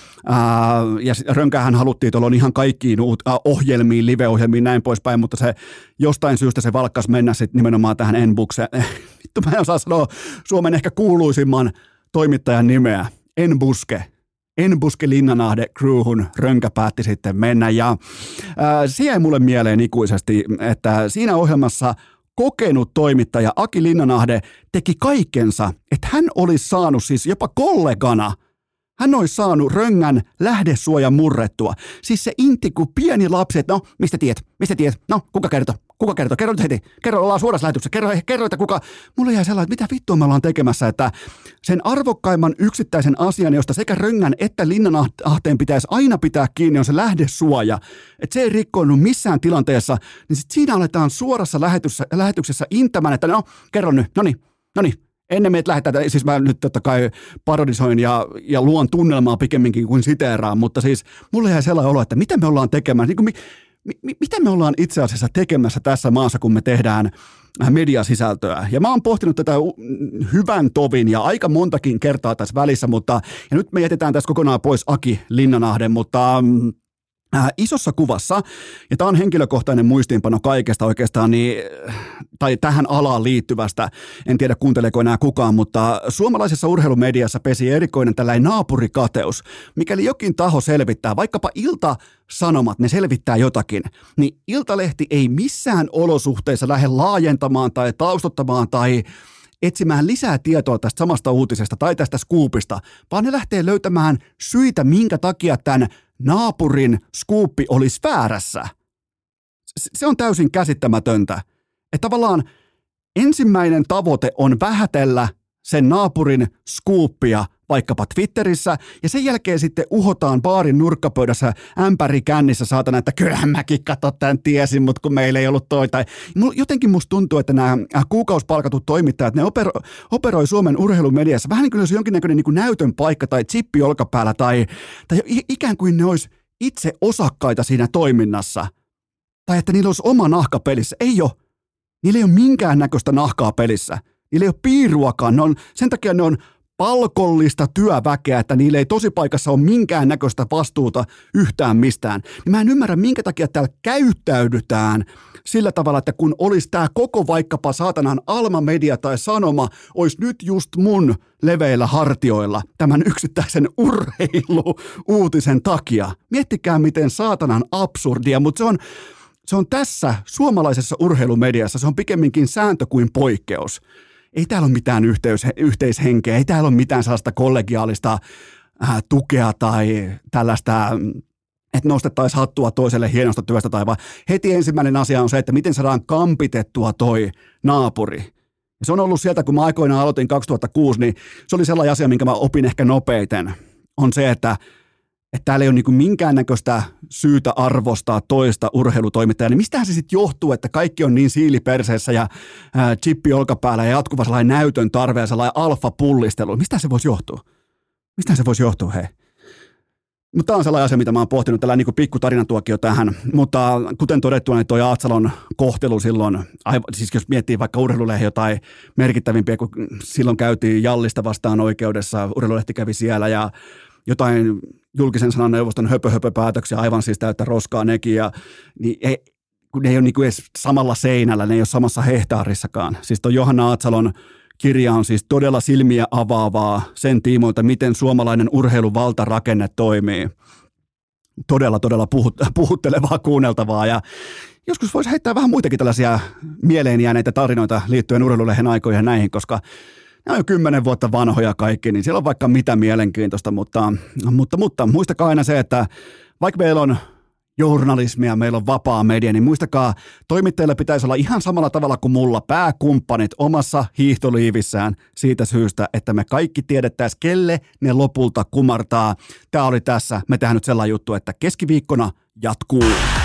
Ää, ja Rönkähän haluttiin tuolla ihan kaikkiin uut, äh, ohjelmiin, live-ohjelmiin näin poispäin, mutta se jostain syystä se valkkas mennä sitten nimenomaan tähän Enbukseen. Vittu mä en osaa sanoa Suomen ehkä kuuluisimman toimittajan nimeä. Enbuske. Enbuske Linnanahde Crewhun Rönkä päätti sitten mennä ja ää, se jäi mulle mieleen ikuisesti, että siinä ohjelmassa kokenut toimittaja Aki Linnanahde teki kaikkensa, että hän olisi saanut siis jopa kollegana hän olisi saanut Röngän lähdesuojan murrettua. Siis se intti kuin pieni lapsi, että no, mistä tiedät, mistä tiedät, no, kuka kertoo, kuka kertoo, kerro nyt heti, kerro, ollaan suorassa lähetyksessä, kerro, kerro, että kuka, mulle jäi sellainen, että mitä vittua me ollaan tekemässä, että sen arvokkaimman yksittäisen asian, josta sekä Röngän että Linnanahteen pitäisi aina pitää kiinni, on se lähdesuoja, että se ei rikkoinut missään tilanteessa, niin sitten siinä aletaan suorassa lähetyksessä, lähetyksessä intämään, että no, kerro nyt, no niin, no niin. Ennen meitä lähdetään, siis mä nyt totta kai parodisoin ja, ja luon tunnelmaa pikemminkin kuin siteeraan, mutta siis mulle jäi sellainen olo, että mitä me ollaan tekemässä, niin kuin mi, mi, mitä me ollaan itse asiassa tekemässä tässä maassa, kun me tehdään mediasisältöä. Ja mä oon pohtinut tätä hyvän tovin ja aika montakin kertaa tässä välissä, mutta ja nyt me jätetään tässä kokonaan pois Aki Linnanahde, mutta Äh, isossa kuvassa, ja tämä on henkilökohtainen muistiinpano kaikesta oikeastaan, niin, tai tähän alaan liittyvästä, en tiedä kuunteleeko enää kukaan, mutta suomalaisessa urheilumediassa pesi erikoinen tällainen naapurikateus. Mikäli jokin taho selvittää, vaikkapa Ilta-Sanomat, ne selvittää jotakin, niin Iltalehti ei missään olosuhteissa lähde laajentamaan tai taustottamaan tai etsimään lisää tietoa tästä samasta uutisesta tai tästä skuupista, vaan ne lähtee löytämään syitä, minkä takia tämän naapurin skuuppi olisi väärässä. Se on täysin käsittämätöntä. Että tavallaan ensimmäinen tavoite on vähätellä sen naapurin skuuppia vaikkapa Twitterissä, ja sen jälkeen sitten uhotaan baarin nurkkapöydässä ämpäri kännissä saatana, että kyllähän mäkin katso tämän tiesin, mutta kun meillä ei ollut toi. Tai jotenkin musta tuntuu, että nämä kuukausipalkatut toimittajat, ne opero, operoi Suomen urheilumediassa vähän niin kuin olisi jonkinnäköinen niin kuin näytön paikka tai chippi olkapäällä, tai, tai ikään kuin ne olisi itse osakkaita siinä toiminnassa. Tai että niillä olisi oma nahka pelissä. Ei ole. Niillä ei ole minkäännäköistä nahkaa pelissä. Niillä ei ole piiruakaan. Ne on, sen takia ne on palkollista työväkeä, että niillä ei tosipaikassa ole minkään näköistä vastuuta yhtään mistään. Niin mä en ymmärrä, minkä takia täällä käyttäydytään sillä tavalla, että kun olisi tämä koko vaikkapa saatanan Alma Media tai Sanoma, olisi nyt just mun leveillä hartioilla tämän yksittäisen urheilu-uutisen takia. Miettikää, miten saatanan absurdia, mutta se on, se on tässä suomalaisessa urheilumediassa, se on pikemminkin sääntö kuin poikkeus. Ei täällä ole mitään yhteys, yhteishenkeä, ei täällä ole mitään sellaista kollegiaalista äh, tukea tai tällaista, että nostettaisiin hattua toiselle hienosta työstä tai vaan heti ensimmäinen asia on se, että miten saadaan kampitettua toi naapuri. Ja se on ollut sieltä, kun mä aikoinaan aloitin kaksituhattakuusi, niin se oli sellainen asia, minkä mä opin ehkä nopeiten, on se, että että täällä ei ole niin minkäännäköistä syytä arvostaa toista urheilutoimittajaa, niin mistähän se sitten johtuu, että kaikki on niin siiliperseessä ja ää, chippi olkapäällä ja jatkuva sellainen näytön tarve ja sellainen alfa-pullistelu. Mistä se voisi johtua? Mistä se voisi johtua, hei? Mutta tämä on sellainen asia, mitä mä oon pohtinut, tällainen niin pikku tarinatuokio tähän, mutta kuten todettua, niin toi Aatsalon kohtelu silloin, aivan, siis jos miettii vaikka Urheilulehti jotain merkittävimpiä, kun silloin käytiin Jallista vastaan oikeudessa, Urheilulehti kävi siellä ja jotain julkisen sanan neuvoston höpö-höpö-päätöksiä, aivan siis täyttä roskaa nekin, ja niin ei, kun ne ei ole niin kuin edes samalla seinällä, ne ei ole samassa hehtaarissakaan. Siis tuo Johanna Aatsalon kirja on siis todella silmiä avaavaa sen tiimoilta, miten suomalainen urheiluvaltarakenne toimii. Todella, todella puhut, puhuttelevaa, kuunneltavaa, ja joskus voisi heittää vähän muitakin tällaisia mieleen jääneitä tarinoita liittyen Urheilulehden aikoihin ja näihin, koska ne on jo kymmenen vuotta vanhoja kaikki, niin siellä on vaikka mitä mielenkiintoista, mutta, mutta, mutta muistakaa aina se, että vaikka meillä on journalismia, meillä on vapaa media, niin muistakaa, toimittajilla pitäisi olla ihan samalla tavalla kuin mulla pääkumppanit omassa hiihtoliivissään siitä syystä, että me kaikki tiedettäisiin, kelle ne lopulta kumartaa. Tämä oli tässä, me tehdään nyt sellainen juttu, että keskiviikkona jatkuu.